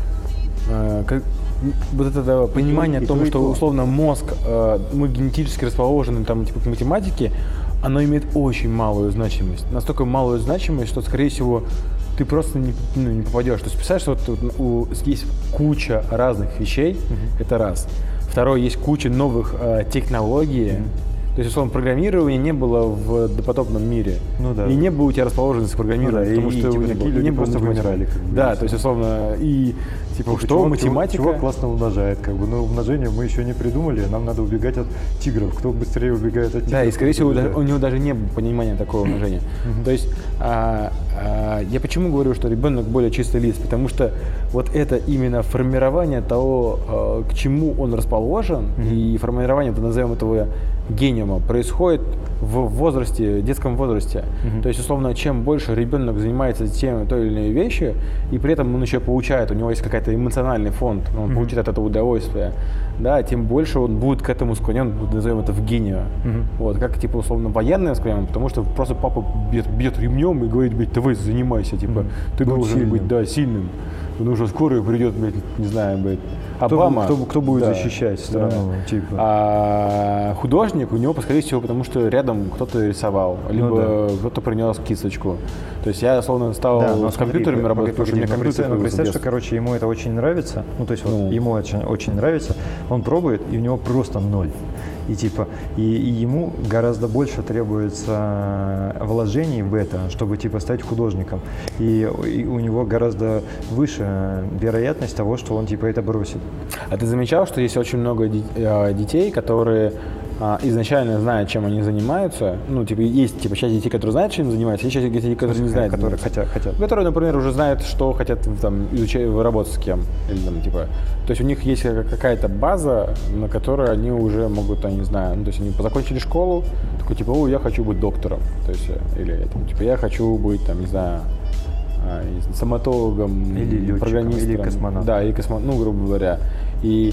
вот это понимание о том, что, условно, мозг, мы генетически расположены, там, типа, к математике, оно имеет очень малую значимость. Настолько малую значимость, что, скорее всего, ты просто не попадешь. То есть, представляешь, что вот есть куча разных вещей, это раз. Второе, есть куча новых технологий. То есть, условно, программирования не было в допотопном мире. Ну да. И не было у тебя расположенности программирования, потому что типа, такие люди не было просто математики. вымирали. Как бы, Да, то есть, условно, и типа, что математика... Чувак классно умножает, как бы, но умножение мы еще не придумали, нам надо убегать от тигров. Кто быстрее убегает от тигров? Да, и, скорее всего, у него даже не было понимания такого умножения. То есть, я почему говорю, что ребенок более чистый лист? Потому что вот это именно формирование того, к чему он расположен, и формирование, назовем этого гениума, происходит в возрасте, детском возрасте. То есть, условно, чем больше ребенок занимается той или иной вещью, и при этом он еще получает, у него есть какой-то эмоциональный фонд, он получает от этого удовольствие, да, тем больше он будет к этому склонен, назовем это в гению. Вот, как, типа, условно, военный склонен, потому что просто папа бьет ремнем и говорит, блядь, давай занимайся, типа, ты должен быть, да, сильным. Потому что скоро придет, блядь, не знаю, блядь, Обама. Кто будет защищать страну, типа. А художник у него, скорее всего, потому что рядом кто-то рисовал, либо кто-то принес кисточку. То есть я, словно, стал с компьютерами работать, потому что мне компьютер появился. Представь, что, короче, ему это очень нравится, ну, то есть вот, ему очень нравится, он пробует, и у него просто 0. И типа, и ему гораздо больше требуется вложений в это, чтобы типа стать художником. И у него гораздо выше вероятность того, что он типа это бросит. А ты замечал, что есть очень много детей, которые изначально знают, чем они занимаются? Ну, типа, есть типа часть детей, которые знают, чем занимаются, есть часть детей, которые не знают. Которые хотят. Которые, например, уже знают, что хотят там изучать, работать с кем. Или, там, типа, то есть у них есть какая-то база, на которой они уже могут, я не знаю, ну, то есть они закончили школу, такой, типа, о, я хочу быть доктором. То есть, или, типа, я хочу быть, там, не знаю, стоматологом, или программистом, или космонавтом. Да, или космонавтом, ну, грубо говоря. И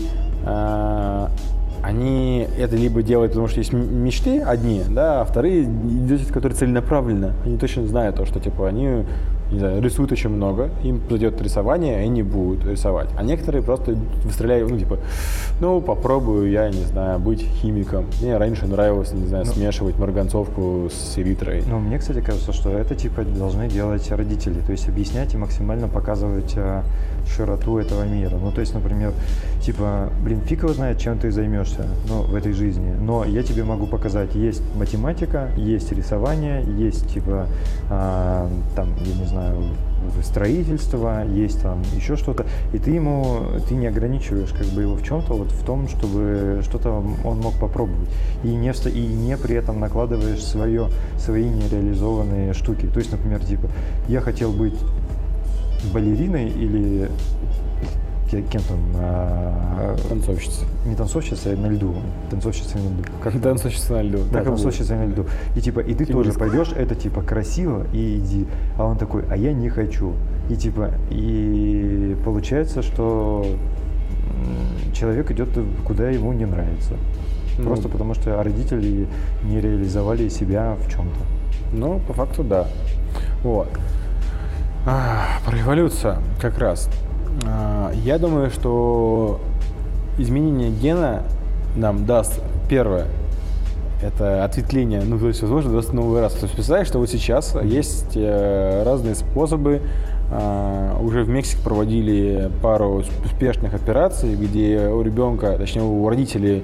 они это либо делают, потому что есть мечты одни, да, а вторые, которые целенаправленно. Они точно знают то, что типа они, не знаю, рисуют очень много, им придет рисование, и они будут рисовать. А некоторые просто выстреляют, ну, типа, ну, попробую я, не знаю, быть химиком. Мне раньше нравилось, не знаю, смешивать марганцовку с селитрой. Ну, мне, кстати, кажется, что это, типа, должны делать родители. То есть объяснять и максимально показывать широту этого мира. Ну, то есть, например, типа, блин, фиг его знает, чем ты займешься, ну, в этой жизни. Но я тебе могу показать, есть математика, есть рисование, есть, типа, там, я не знаю, строительство, есть там еще что-то, и ты не ограничиваешь как бы его в чем-то, вот в том, чтобы что-то он мог попробовать, и не при этом накладываешь свои нереализованные штуки. То есть, например, типа, я хотел быть балериной или кем там? Танцовщица. Не танцовщица, а на льду. Танцовщица на льду. Как танцовщица на льду. Да, танцовщица на льду. И типа, и ты тоже пойдешь, это типа красиво, и иди. А он такой, а я не хочу. И типа, и получается, что человек идет куда ему не нравится. Просто потому что родители не реализовали себя в чем-то. Ну, по факту, да. Вот. Про эволюцию как раз. Я думаю, что изменение гена нам даст первое, это ответвление, ну, то есть, возможно, даст новый раз. То есть, представляешь, что вот сейчас есть разные способы. Уже в Мексике проводили пару успешных операций, где у ребенка, точнее, у родителей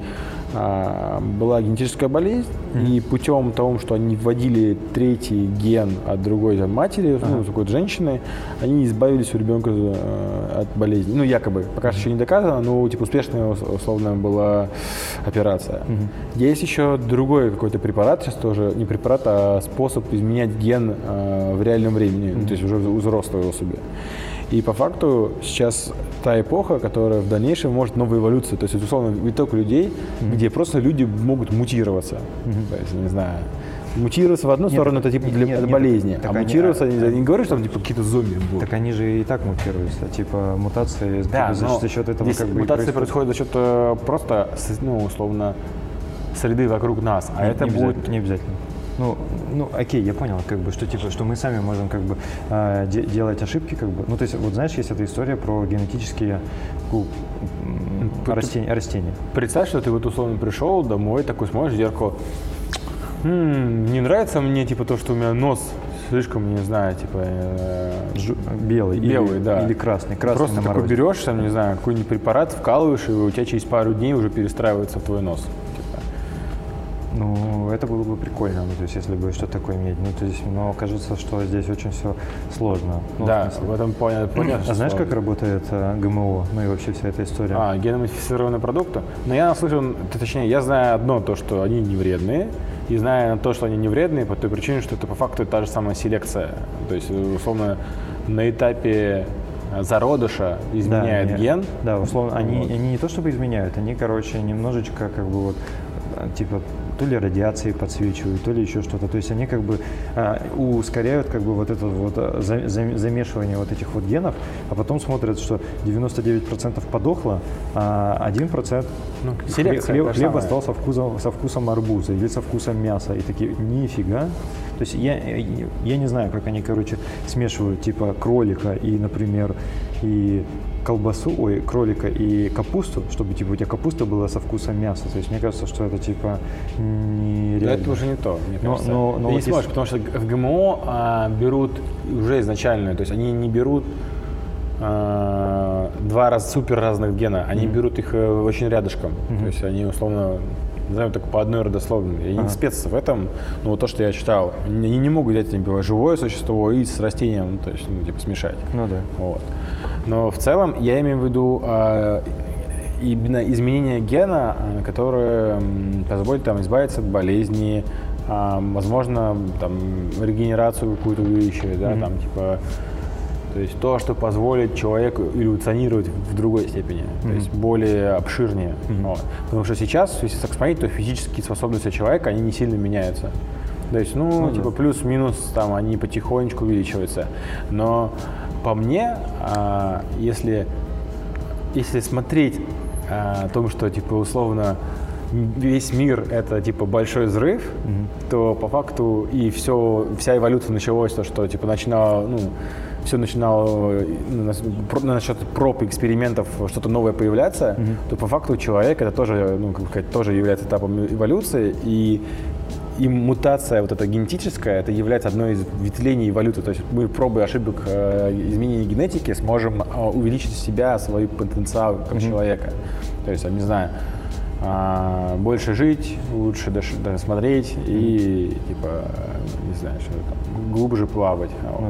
была генетическая болезнь, и путем того, что они вводили третий ген от другой матери, ну, какой-то женщины, они избавились у ребенка от болезни. Ну, якобы, пока что еще не доказано, но типа успешная, условно, была операция. Есть еще другой какой-то препарат, сейчас тоже не препарат, а способ изменять ген в реальном времени, ну, то есть уже у взрослой особи. И по факту сейчас та эпоха, которая в дальнейшем может новая эволюция, то есть, условно, виток людей, где просто люди могут мутироваться. То есть, не знаю, мутироваться в одну сторону, это типа для болезни, а мутироваться, я не говорю, что там типа какие-то зомби будут. Так они же и так мутируются, типа мутации да, за счет этого здесь как бы мутации происходят за счет просто, ну, условно, среды вокруг нас, а это будет... Не обязательно. Ну, окей, я понял, как бы, что типа, что мы сами можем как бы делать ошибки, как бы. Ну, то есть, вот знаешь, есть эта история про генетические растения. Представь, что ты вот условно пришел домой, такой смотришь в зеркало. Не нравится мне типа то, что у меня нос слишком, не знаю, типа... Белый, да. Или красный Просто на такой морозе. берешь, там, не знаю, какой-нибудь препарат, вкалываешь, и у тебя через пару дней уже перестраивается в твой нос. Ну, это было бы прикольно, ну, то есть, если бы что-то такое иметь. Ну, то есть, но кажется, что здесь очень все сложно. Ну, Да, в этом понятно. А знаешь, как работает ГМО, ну и вообще вся эта история? Генно-модифицированные продукты? Но я наслышан, точнее, я знаю одно, то, что они не вредные, и знаю то, что они не вредные по той причине, что это по факту та же самая селекция. То есть, условно, на этапе зародыша изменяет ген. Да, условно, они не то чтобы изменяют, они, короче, немножечко как бы вот, типа, то ли радиации подсвечивают, то ли еще что-то. То есть они как бы ускоряют как бы вот это вот замешивание вот этих вот генов, а потом смотрят, что 99% подохло, а 1% хлеб остался со вкусом арбуза или со вкусом мяса. И такие, нифига. То есть я не знаю, как они, короче, смешивают типа кролика и, например, и кролика и капусту, чтобы типа у тебя капуста была со вкусом мяса. То есть мне кажется, что это типа нереально. Но это уже не то, мне кажется. Но ты не сможешь, потому что в ГМО берут уже изначальную, то есть они не берут два супер разных гена, они берут их очень рядышком. То есть они условно, назовем так, по одной родословной. Я не спец в этом, но вот то, что я читал, они не могут взять типа, живое существо и с растением, то есть, типа, смешать. Ну да. Вот. Но в целом я имею в виду именно изменение гена, которое позволит там, избавиться от болезней, возможно, там, регенерацию какую-то увеличивать, да, там, типа, то есть то, что позволит человеку эволюционировать в другой степени, то есть более обширнее. Потому что сейчас, если так смотреть, то физические способности человека, они не сильно меняются. То есть, типа, плюс-минус, там, они потихонечку увеличиваются. Но по мне, если смотреть о том, что, типа, условно, весь мир — это, типа, большой взрыв, то по факту и вся эволюция началась, то, что, типа, все начинало насчет проб и экспериментов что-то новое появляться, то по факту человек это тоже, тоже является этапом эволюции, и мутация вот эта генетическая, это является одной из ветвлений эволюции. То есть мы, пробуя ошибок изменения генетики, сможем увеличить себя, свой потенциал как человека. То есть, я не знаю, больше жить, лучше смотреть и, типа, не знаю, что там, глубже плавать.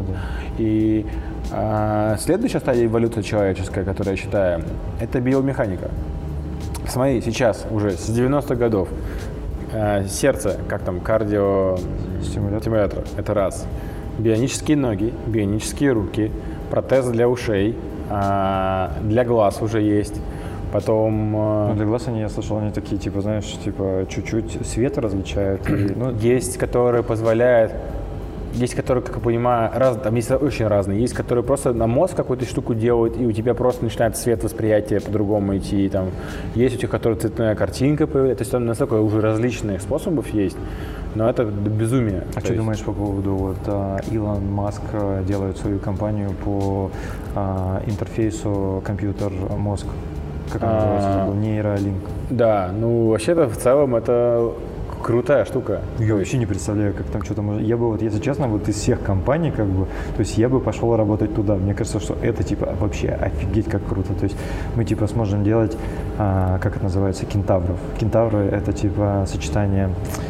И следующая стадия эволюции человеческой, которую я считаю, это биомеханика. Смотри, сейчас уже с 90-х годов сердце, как там, кардиостимулятор, это раз. Бионические ноги, бионические руки, протезы для ушей, для глаз уже есть. Потом... для глаз я слышал, они такие, типа, знаешь, типа, чуть-чуть свет различают. Есть, которые позволяют... Есть, которые, как я понимаю, там есть очень разные. Есть, которые просто на мозг какую-то штуку делают, и у тебя просто начинает цвет восприятия по-другому идти. Там. Есть у тех, которые цветная картинка появляется. То есть там настолько уже различных способов есть, но это безумие. А что думаешь по поводу, вот, Илон Маск делает свою компанию по интерфейсу компьютер-мозг? Как она называется? Нейролинк. Да, вообще-то в целом это крутая штука. Я вообще не представляю, как там что-то может... Я бы, вот, если честно, вот из всех компаний, как бы, то есть я бы пошел работать туда. Мне кажется, что это, типа, вообще офигеть как круто. То есть мы, типа, сможем делать, как это называется, кентавров. Кентавры — это, типа, сочетание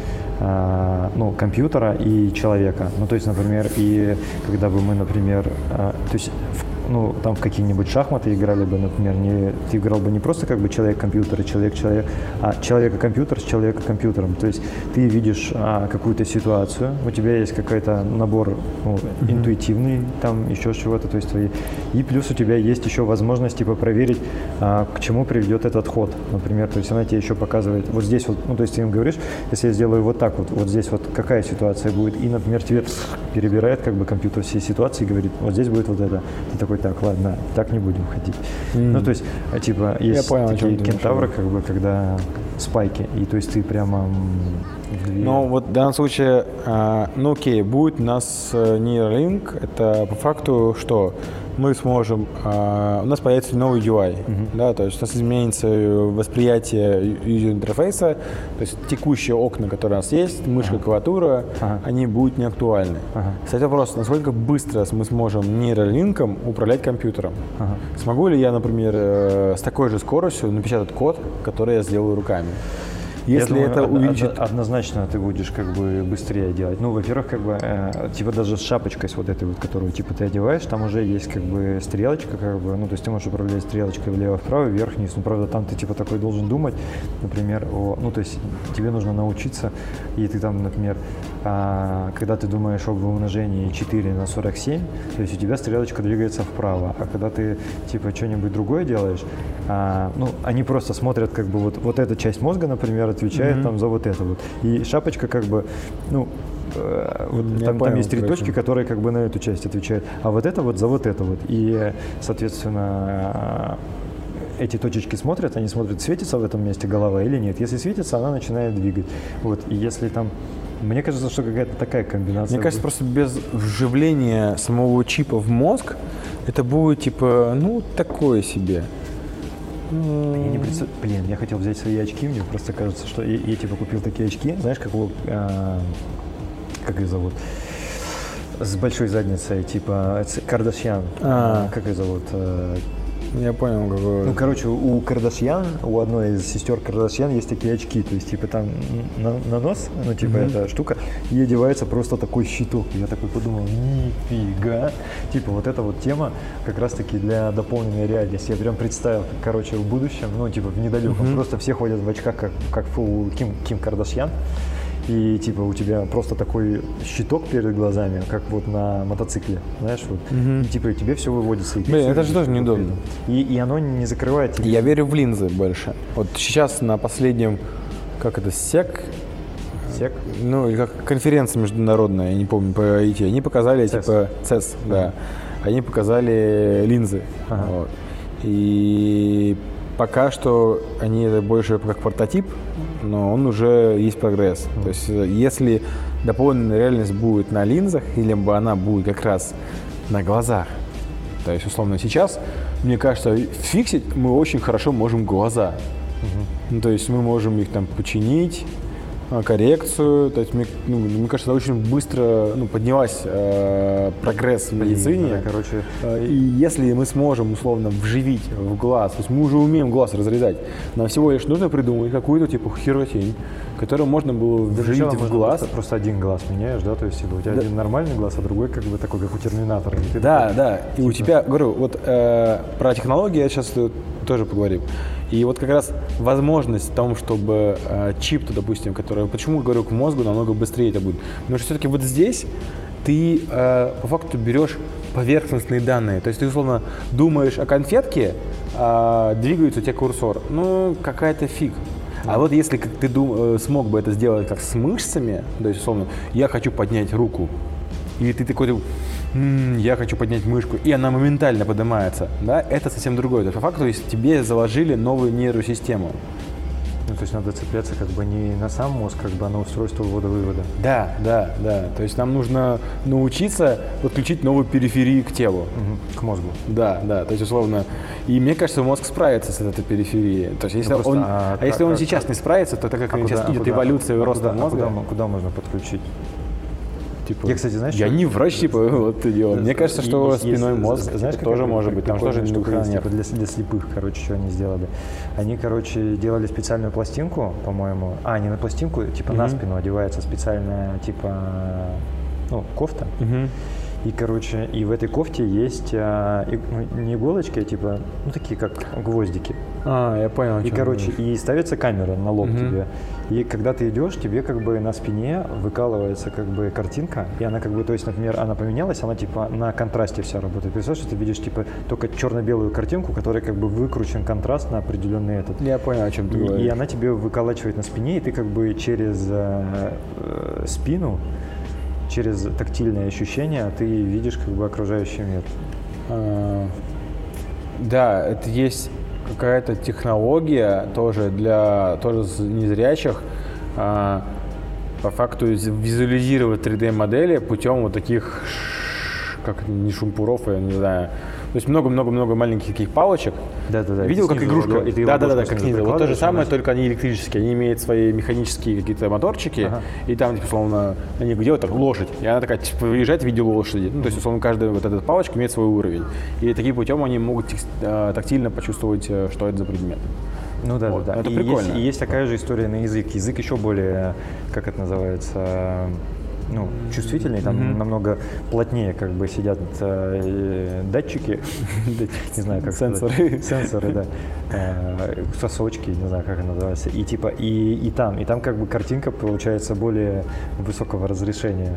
компьютера и человека. Ну, то есть, например, и когда бы мы, например, то есть там в какие-нибудь шахматы играли бы, например, ты играл бы не просто как бы человек-компьютер и человек-человек, а человека-компьютер с человека-компьютером. То есть ты видишь какую-то ситуацию, у тебя есть какой-то набор интуитивный, там еще чего-то, то есть и плюс у тебя есть еще возможность типа проверить, к чему приведет этот ход. Например, то есть она тебе еще показывает, вот здесь вот, то есть ты им говоришь, если я сделаю вот так вот здесь вот какая ситуация будет, и, например, тебе перебирает как бы компьютер все ситуации и говорит, вот здесь будет вот это. Ты такой, так, ладно, так не будем ходить. Ну, то есть, типа, есть такие кентавры, как бы, когда спайки, и то есть ты прямо... Ну, вот в данном случае, окей, будет у нас нейролинк, это по факту что? мы сможем, у нас появится новый UI, да, то есть у нас изменится восприятие юзер-интерфейса, то есть текущие окна, которые у нас есть, мышка, клавиатура, они будут не актуальны. Кстати, вопрос, насколько быстро мы сможем нейролинком управлять компьютером? Смогу ли я, например, с такой же скоростью напечатать код, который я сделаю руками? Если я думаю, это увеличит... Однозначно ты будешь как бы быстрее делать. Ну, во-первых, как бы, типа даже с шапочкой, с вот этой вот, которую типа ты одеваешь, там уже есть как бы стрелочка, как бы, ну, то есть ты можешь управлять стрелочкой влево-вправо, вверх-вниз. Ну, правда, там ты типа такой должен думать, например, ну, то есть тебе нужно научиться, и ты там, например, когда ты думаешь об умножении 4 на 47, то есть у тебя стрелочка двигается вправо, а когда ты типа что-нибудь другое делаешь, ну, они просто смотрят как бы вот эта часть мозга, например, отвечает там за вот это вот. И шапочка как бы, ну, вот там есть 3 точки, которые как бы на эту часть отвечают, а вот это вот за вот это вот. И, соответственно, эти точечки смотрят, они смотрят, светится в этом месте голова или нет. Если светится, она начинает двигать. Вот. И если там... Мне кажется, что какая-то такая комбинация. Мне кажется, просто без вживления самого чипа в мозг это будет типа, ну, такое себе. Я не представляю. Блин, я хотел взять свои очки, мне просто кажется, что я типа купил такие очки, знаешь, как их зовут? С большой задницей, типа Кардашьян. Как ее зовут? Я понял, какой. Ну, короче, у Кардашьян, у одной из сестер Кардашьян есть такие очки, то есть, типа, там на нос, ну, типа, эта штука, и одевается просто такой щиток. Я такой подумал, нифига. Типа, вот эта вот тема как раз-таки для дополненной реальности. Я прям представил, короче, в будущем, ну, типа, в недалеком, просто все ходят в очках, как у Ким Кардашьян. И типа у тебя просто такой щиток перед глазами, как вот на мотоцикле, знаешь, вот. И типа тебе все выводится. Блин, это же тоже неудобно. И оно не закрывает тебя. Я верю в линзы больше. Вот сейчас на последнем, как это, СЕК? Ну, или как конференция международная, я не помню, по IT. Они показали, типа, CES, да. Они показали линзы. Вот. И пока что они это больше как прототип, но он уже есть прогресс. То есть если дополненная реальность будет на линзах, или она будет как раз на глазах, то есть условно сейчас, мне кажется, фиксить мы очень хорошо можем глаза. Ну, то есть мы можем их там починить, коррекцию, то есть мне кажется, очень быстро поднялась прогресс в медицине. И если мы сможем условно вживить в глаз, то есть мы уже умеем глаз разрезать, нам всего лишь нужно придумать какую-то типа хирургию, которую можно было вживить в глаз. Просто один глаз меняешь, да, то есть у тебя один нормальный глаз, а другой как бы такой, как у Терминатора. Да, и у тебя, говорю, вот про технологии я сейчас тоже поговорим. И вот как раз возможность в том, чтобы чип-то, допустим, который, почему, говорю, к мозгу намного быстрее это будет. Потому что все-таки вот здесь ты по факту берешь поверхностные данные. То есть ты, условно, думаешь о конфетке, двигается у тебя курсор. Ну, какая-то фиг. А вот если ты смог бы это сделать как с мышцами, то есть, условно, я хочу поднять руку, и ты такой, я хочу поднять мышку, и она моментально поднимается, да, это совсем другое. То есть, по факту, если тебе заложили новую нейросистему. Ну, то есть надо цепляться как бы не на сам мозг, как бы, а на устройство ввода-вывода. Да. То есть нам нужно научиться подключить новую периферию к телу. К мозгу. Да. То есть, условно, и мне кажется, мозг справится с этой периферией. То есть, если если он сейчас не справится, то так как сейчас идет эволюция роста мозга. Куда можно подключить? Типа, я, кстати, знаешь, я не врач, типа, вот дело. Мне кажется, что спиной мозг, знаешь, тоже может быть, там тоже штука типа для слепых, короче, что они сделали. Они, короче, делали специальную пластинку, по-моему, не на пластинку, типа на спину одевается специальная, типа, кофта. И, короче, и в этой кофте есть не иголочки, а типа, такие как гвоздики. Я понял. И, короче, и ставится камера на лоб тебе. И когда ты идешь, тебе как бы на спине выкалывается как бы картинка, и она как бы, то есть, например, она поменялась, она типа на контрасте вся работает. Представляешь, что ты видишь типа только черно-белую картинку, которая как бы выкручен контраст на определенный этот. Я понял, о чем ты говоришь. И она тебе выколачивает на спине, и ты как бы через спину, через тактильные ощущения ты видишь как бы окружающий мир. Да, это есть какая-то технология тоже для незрячих, по факту визуализировать 3D-модели путем вот таких, как не шумпуров, я не знаю, есть много-много-много маленьких таких палочек. Да-да-да. Видел, как игрушка? Да-да-да, как снизу. Вот то же самое, начинаешь. только они электрические. Они имеют свои механические какие-то моторчики, и там, типа, условно, они делают так лошадь. И она такая, типа, выезжает в виде лошади. Ну, то есть, условно, каждая вот эта палочка имеет свой уровень. И таким путем они могут тактильно почувствовать, что это за предмет. Ну да, Вот. да, да. Это И прикольно. есть такая же история на язык. Язык еще более, как это называется, ну, чувствительный, там намного плотнее как бы сидят датчики, не знаю, как сказать. Сенсоры, да, сосочки, не знаю, как это называется, и типа и там как бы картинка получается более высокого разрешения.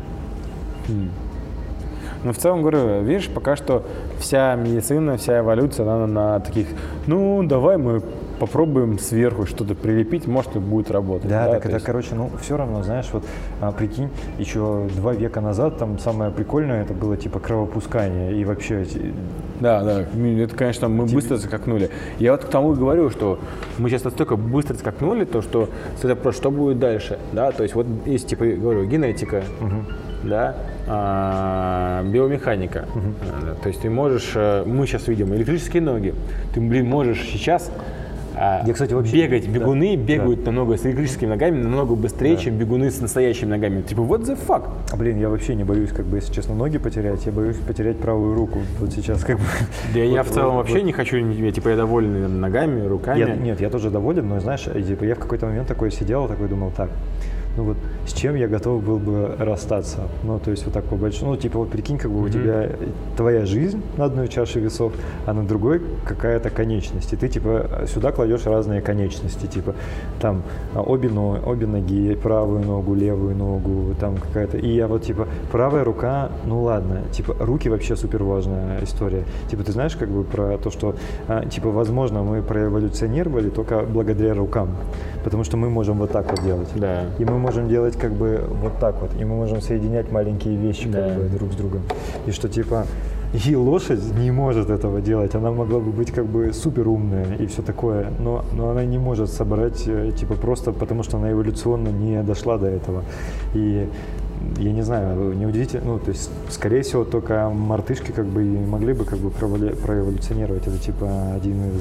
Ну, в целом, говорю, видишь, пока что вся медицина, вся эволюция, она на таких, ну, давай мы попробуем сверху что-то прилепить, может, это будет работать. Да, так то это, есть... короче, ну, все равно, знаешь, вот, прикинь, еще 2 века назад там самое прикольное это было, типа, кровопускание и вообще... Да, это, конечно, мы быстро скакнули. Я вот к тому и говорю, что мы сейчас настолько быстро скакнули, то, что что будет дальше, да, то есть вот есть, типа, говорю, генетика, да, биомеханика, то есть ты можешь, мы сейчас видим электрические ноги, ты, можешь сейчас Я, кстати, вообще... бегать, бегуны бегают намного с электрическими ногами, намного быстрее, чем бегуны с настоящими ногами. Типа, what the fuck? Блин, я вообще не боюсь, как бы, если честно, ноги потерять, я боюсь потерять правую руку. Вот сейчас как бы... Да я в целом вообще не хочу, типа, я доволен ногами, руками. Нет, я тоже доволен, но, знаешь, типа, я в какой-то момент такой сидел, такой думал, так, ну вот с чем я готов был бы расстаться? Ну, то есть вот так по большому, ну, типа, вот прикинь, как бы у тебя твоя жизнь на одной чаше весов, а на другой какая-то конечность. И ты, типа, сюда кладешь разные конечности, типа, там, обе ноги, правую ногу, левую ногу, там какая-то. И я вот, типа, правая рука, ну ладно, типа, руки вообще супер важная история. Типа, ты знаешь, как бы, про то, что, типа, возможно, мы проэволюционировали только благодаря рукам, потому что мы можем вот так вот делать. Да. И мы можем делать как бы вот так вот, и мы можем соединять маленькие вещи как бы друг с другом. И что типа и лошадь не может этого делать, она могла бы быть как бы супер умная и все такое, но она не может собрать типа просто потому, что она эволюционно не дошла до этого. И я не знаю, неудивительно, ну то есть скорее всего только мартышки как бы и могли бы как бы проэволюционировать, это типа один из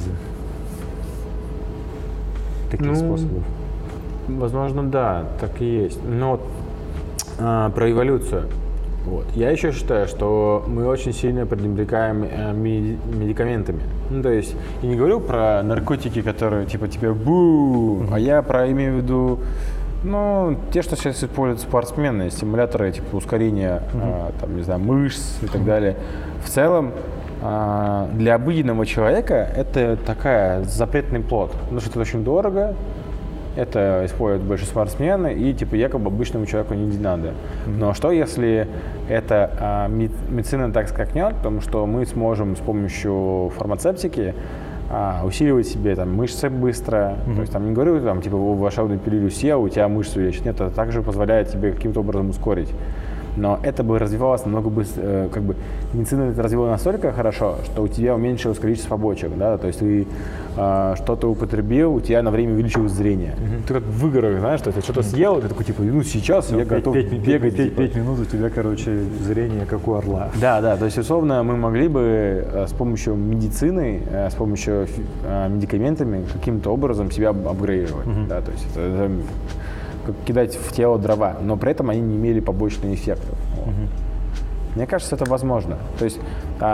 таких способов. Возможно, да, так и есть. Но про эволюцию. Вот. Я еще считаю, что мы очень сильно пренебрегаем медикаментами. Ну, то есть, я не говорю про наркотики, которые типа тебя а я имею в виду, ну, те, что сейчас используют спортсмены, стимуляторы типа ускорения, там, не знаю, мышц и так далее. В целом, для обыденного человека это такая запретный плод, потому что это очень дорого. Это используют больше спортсмены, и типа якобы обычному человеку не надо. Но что если эта медицина так скакнет, потому что мы сможем с помощью фармацевтики усиливать себе там мышцы быстро. То есть там не говорю, там, типа, волшебную пилюлю съел, у тебя мышцы увеличат. Нет, это также позволяет тебе каким-то образом ускорить. Но это бы развивалось намного быстрее, как бы медицина это развила настолько хорошо, что у тебя уменьшилось количество побочек, да, то есть ты что-то употребил, у тебя на время увеличилось зрение. Ты как в играх, знаешь, что ты что-то съел, ты такой, типа, ну сейчас я готов бегать. 5 минут у тебя, короче, зрение как у орла. Да, то есть, условно, мы могли бы с помощью медицины, с помощью медикаментами каким-то образом себя апгрейдировать, да, то есть это как кидать в тело дрова, но при этом они не имели побочных эффектов. Мне кажется, это возможно. То есть,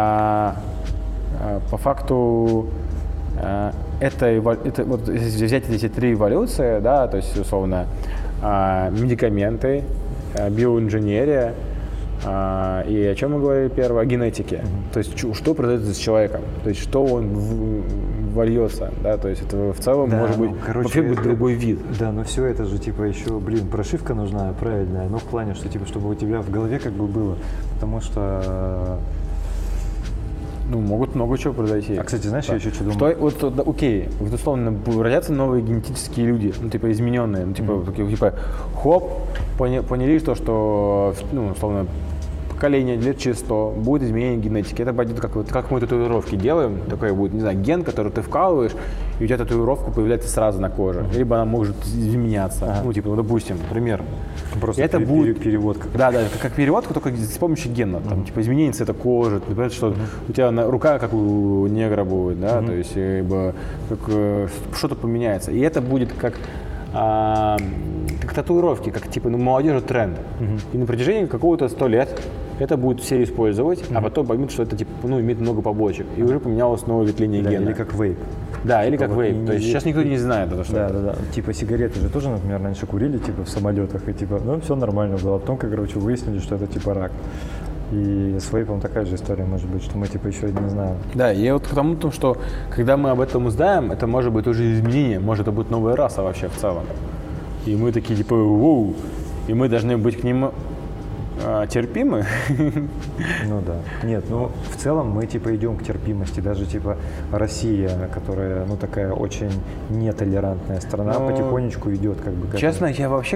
по факту, это вот, если взять эти 3 эволюции, да, то есть, условно, медикаменты, биоинженерия, и о чем мы говорили первое? О генетике. То есть, что произойдет с человеком, то есть, что он вольется, да, то есть, это в целом может быть, вообще быть другой вид. Да, но все это же, типа, еще, блин, прошивка нужна правильная, но в плане, что, типа, чтобы у тебя в голове как бы было, потому что... Ну, могут много чего произойти. А, кстати, знаешь, я еще что думаю? Что, вот, окей, вот условно родятся новые генетические люди, ну, типа, измененные, ну, типа, хоп, поняли, что, ну, условно, поколение, лет через 100, будет изменение генетики. Это будет как мы татуировки делаем, такой будет, не знаю, ген, который ты вкалываешь, и у тебя татуировка появляется сразу на коже. Либо она может изменяться. Ну, типа, ну, допустим, например. Просто это будет переводка. Да, как переводка, только с помощью гена. Там, типа, изменение цвета кожи, например, что у тебя рука как у негра будет, да, то есть что-то поменяется. И это будет как татуировки, как типа молодежи тренд. И на протяжении какого-то 100 лет это будут все использовать, а потом поймут, что это типа, имеет много побочек. И уже поменялось новое ветвление гена. Или как вейп. Да, или как вот вейп. То есть сейчас никто не знает, это что. Да. Типа сигареты же тоже, например, раньше курили типа в самолетах, и типа, все нормально было. А потом, короче, выяснили, что это типа рак. И с вейпом такая же история может быть, что мы типа еще не знаем. Да, и вот к тому, что когда мы об этом узнаем, это может быть уже изменение, может это будет новая раса вообще в целом. И мы такие типа, воу, и мы должны быть к ним терпимы. Ну да. Нет, в целом мы типа идем к терпимости. Даже типа Россия, которая, такая очень нетолерантная страна, потихонечку идет как бы. Честно, я вообще,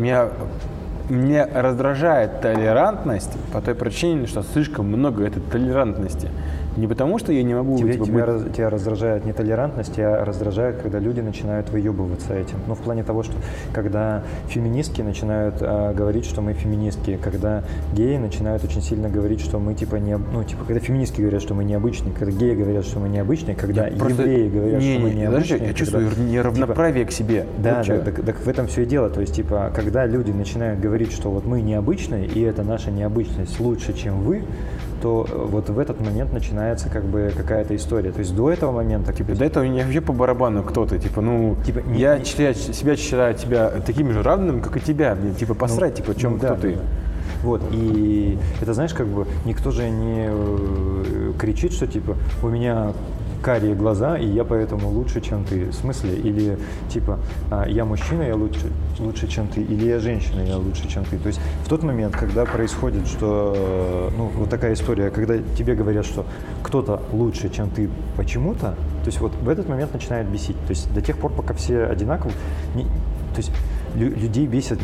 меня раздражает толерантность по той причине, что слишком много этой толерантности. Не потому, что я не могу... Тебя раздражает не толерантность, тебя раздражает, когда люди начинают выебываться этим. В плане того, что когда феминистки начинают говорить, что мы феминистки, когда геи начинают очень сильно говорить, что мы типа не... когда феминистки говорят, что мы необычные, когда геи говорят, что мы необычные, когда евреи говорят, что мы необычные. Я чувствую неравноправие к себе. Да, так в этом все и дело. То есть, типа, когда люди начинают говорить, что вот мы необычные, и эта наша необычность лучше, чем вы, то вот в этот момент начинается как бы какая-то история. То есть до этого момента... До этого мне вообще по барабану кто ты. Я считаю тебя таким же равным, как и тебя. Мне посрать, кто ты. Вот, и это, знаешь, как бы никто же не кричит, что типа у меня карие глаза, и я поэтому лучше, чем ты. В смысле? Или типа я мужчина, я лучше, чем ты, или я женщина, я лучше, чем ты. То есть в тот момент, когда происходит, что, вот такая история, когда тебе говорят, что кто-то лучше, чем ты почему-то, то есть вот в этот момент начинает бесить. То есть до тех пор, пока все одинаковы, то есть людей бесят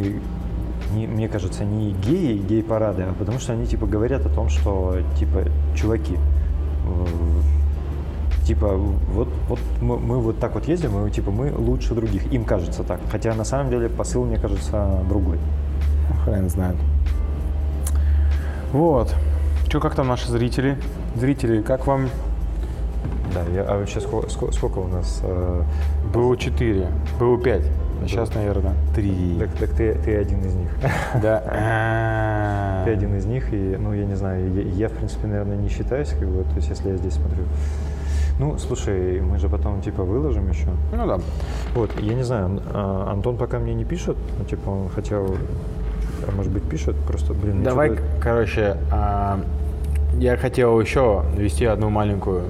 мне кажется, не гей-парады, а потому что они типа говорят о том, что типа чуваки, типа вот мы вот так вот ездим, и мы лучше других. Им кажется так. Хотя на самом деле посыл, мне кажется, другой. Хрен знает. Вот. Как там наши зрители? Зрители, как вам? Да, а вообще сколько у нас? Было 4, было 5. А сейчас, наверное, 3. Так ты один из них. Да. Ты один из них, и, я не знаю, я, в принципе, наверное, не считаюсь, как бы, то есть, если я здесь смотрю. Слушай, мы же потом, выложим еще. Да. Вот, я не знаю, Антон пока мне не пишет, он хотел, может быть, пишет, просто, Давай, я хотел еще ввести одну маленькую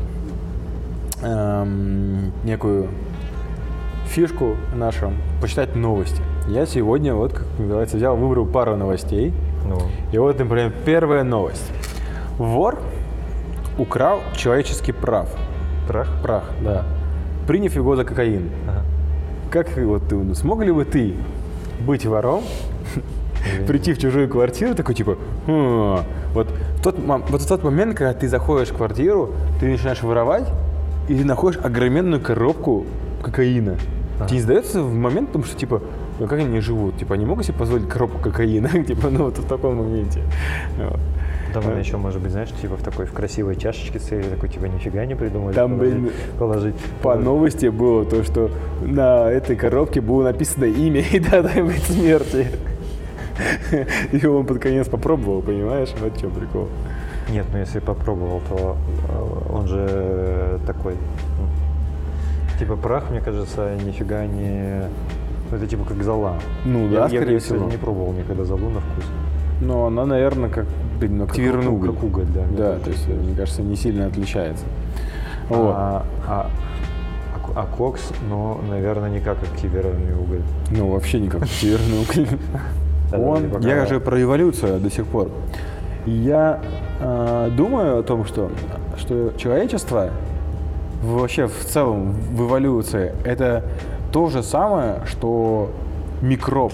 некую фишку нашу, почитать новости. Я сегодня, как называется, выбрал пару новостей. И вот, например, первая новость. Вор украл человеческий прах, да, приняв его за кокаин. Ага. Как смог ли бы ты быть вором, прийти в чужую квартиру, такой вот в тот момент, когда ты заходишь в квартиру, ты начинаешь воровать, и ты находишь огроменную коробку кокаина. Тебе не сдается в момент, потому что, как они живут? Они могут себе позволить коробку кокаина? Вот в таком моменте. Там еще, может быть, знаешь, в красивой чашечке стояли, нифига не придумали. Там, положить. По новости было то, что на этой коробке было написано имя и дата смерти. И он под конец попробовал, понимаешь? Вот в чем прикол. Нет, если попробовал, то он же такой... прах, мне кажется, нифига не... Это как зола. Да, скорее всего. Я не пробовал никогда золу на вкус. Но она, наверное, как активированный уголь. Как уголь, да. Да, то есть, мне кажется, не сильно отличается. А кокс, наверное, не как активированный уголь. Вообще не как активированный уголь. Я же про эволюцию до сих пор. Я думаю о том, что человечество вообще в целом в эволюции это то же самое, что микроб,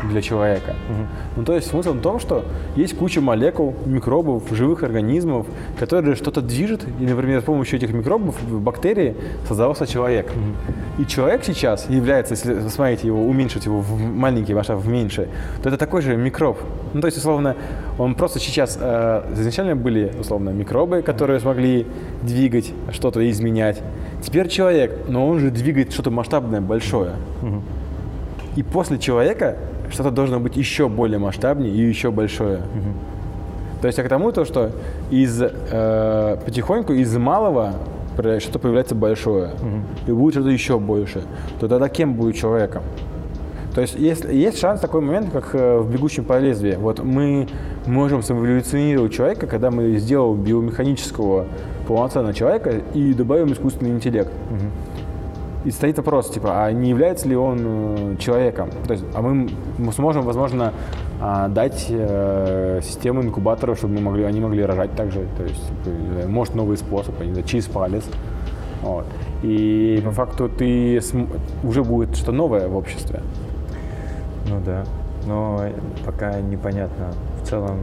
для человека. Ну, то есть смысл в том, что есть куча молекул, микробов, живых организмов, которые что-то движут, и, например, с помощью этих микробов, бактерий, создавался человек. И человек сейчас является, если смотрите, его уменьшить его в маленький масштаб, в меньший, то это такой же микроб. Ну, то есть, условно, он просто сейчас, изначально были, условно, микробы, которые смогли двигать что-то и изменять. Теперь человек, но он же двигает что-то масштабное, большое. И после человека что-то должно быть еще более масштабнее и еще большое. То есть, а к тому, то, что потихоньку из малого что-то появляется большое, и будет что-то еще больше, то тогда кем будет человеком? То есть есть шанс, такой момент, как в «Бегущем по лезвию». Вот мы можем сэволюционировать человека, когда мы сделаем биомеханического полноценного человека и добавим искусственный интеллект. И стоит вопрос, типа, а не является ли он человеком? То есть, а мы сможем, возможно, дать систему инкубаторов, чтобы они могли рожать также. То есть, типа, может, новый способ, через палец. Вот. И по факту уже будет что-то новое в обществе. Ну да, но пока непонятно. В целом,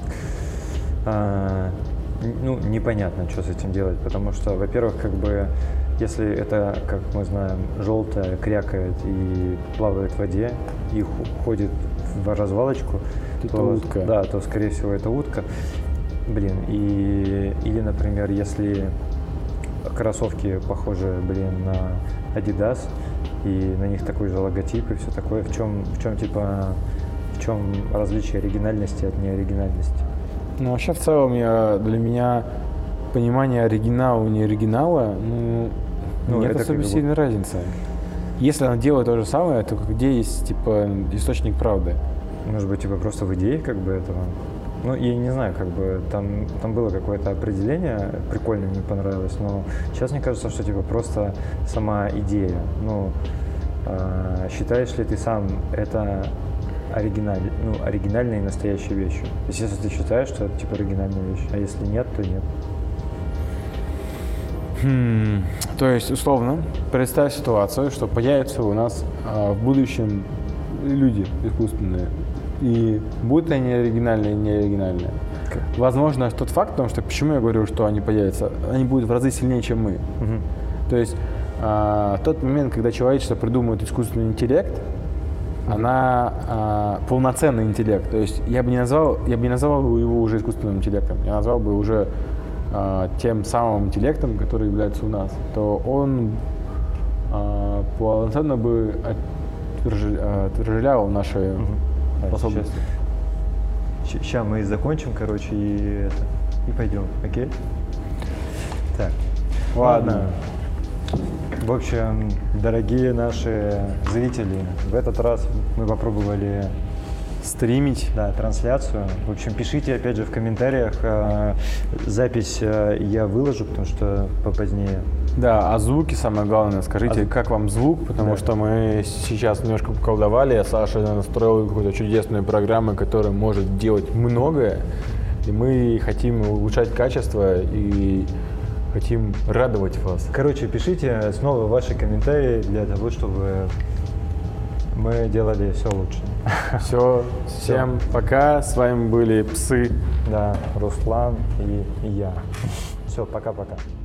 непонятно, что с этим делать, потому что, во-первых, как бы, если это, как мы знаем, желтое, крякает и плавает в воде, и ходит в развалочку, это то, утка. Да, то, скорее всего, это утка. Или, например, если кроссовки похожи, на Adidas, и на них такой же логотип и все такое, в чем различие оригинальности от неоригинальности? Ну, вообще, в целом, для меня понимание оригинала и неоригинала, нет особо сильной разницы. Если она делает то же самое, то где есть, типа, источник правды? Может быть, типа, просто в идее, как бы, этого? Ну, я не знаю, как бы, там было какое-то определение, прикольно, мне понравилось, но сейчас мне кажется, что, типа, просто сама идея. Считаешь ли ты сам это оригинальной и настоящей вещью? То есть, если ты считаешь, что это, типа, оригинальная вещь, а если нет, то нет. То есть, условно, представь ситуацию, что появятся у нас в будущем люди искусственные, и будут они оригинальные и неоригинальные. Возможно, тот факт, потому что почему я говорю, что они появятся, они будут в разы сильнее, чем мы. То есть, тот момент, когда человечество придумывает искусственный интеллект, она полноценный интеллект. То есть я бы не назвал его уже искусственным интеллектом, я назвал бы уже тем самым интеллектом, который является у нас, то он полноценно бы отражал наши способности. Сейчас мы закончим, короче, и пойдем, окей? Так, ладно. В общем, дорогие наши зрители, в этот раз мы попробовали стримить. Да, трансляцию. В общем, пишите опять же в комментариях. Запись я выложу, потому что попозднее. Да, а звуки самое главное. Скажите, как вам звук, потому что мы сейчас немножко поколдовали. Саша настроил какую-то чудесную программу, которая может делать многое. И мы хотим улучшать качество и хотим радовать вас. Короче, пишите снова ваши комментарии для того, чтобы мы делали все лучше. Все, всем пока. С вами были псы. Да, Руслан и я. Все, пока-пока.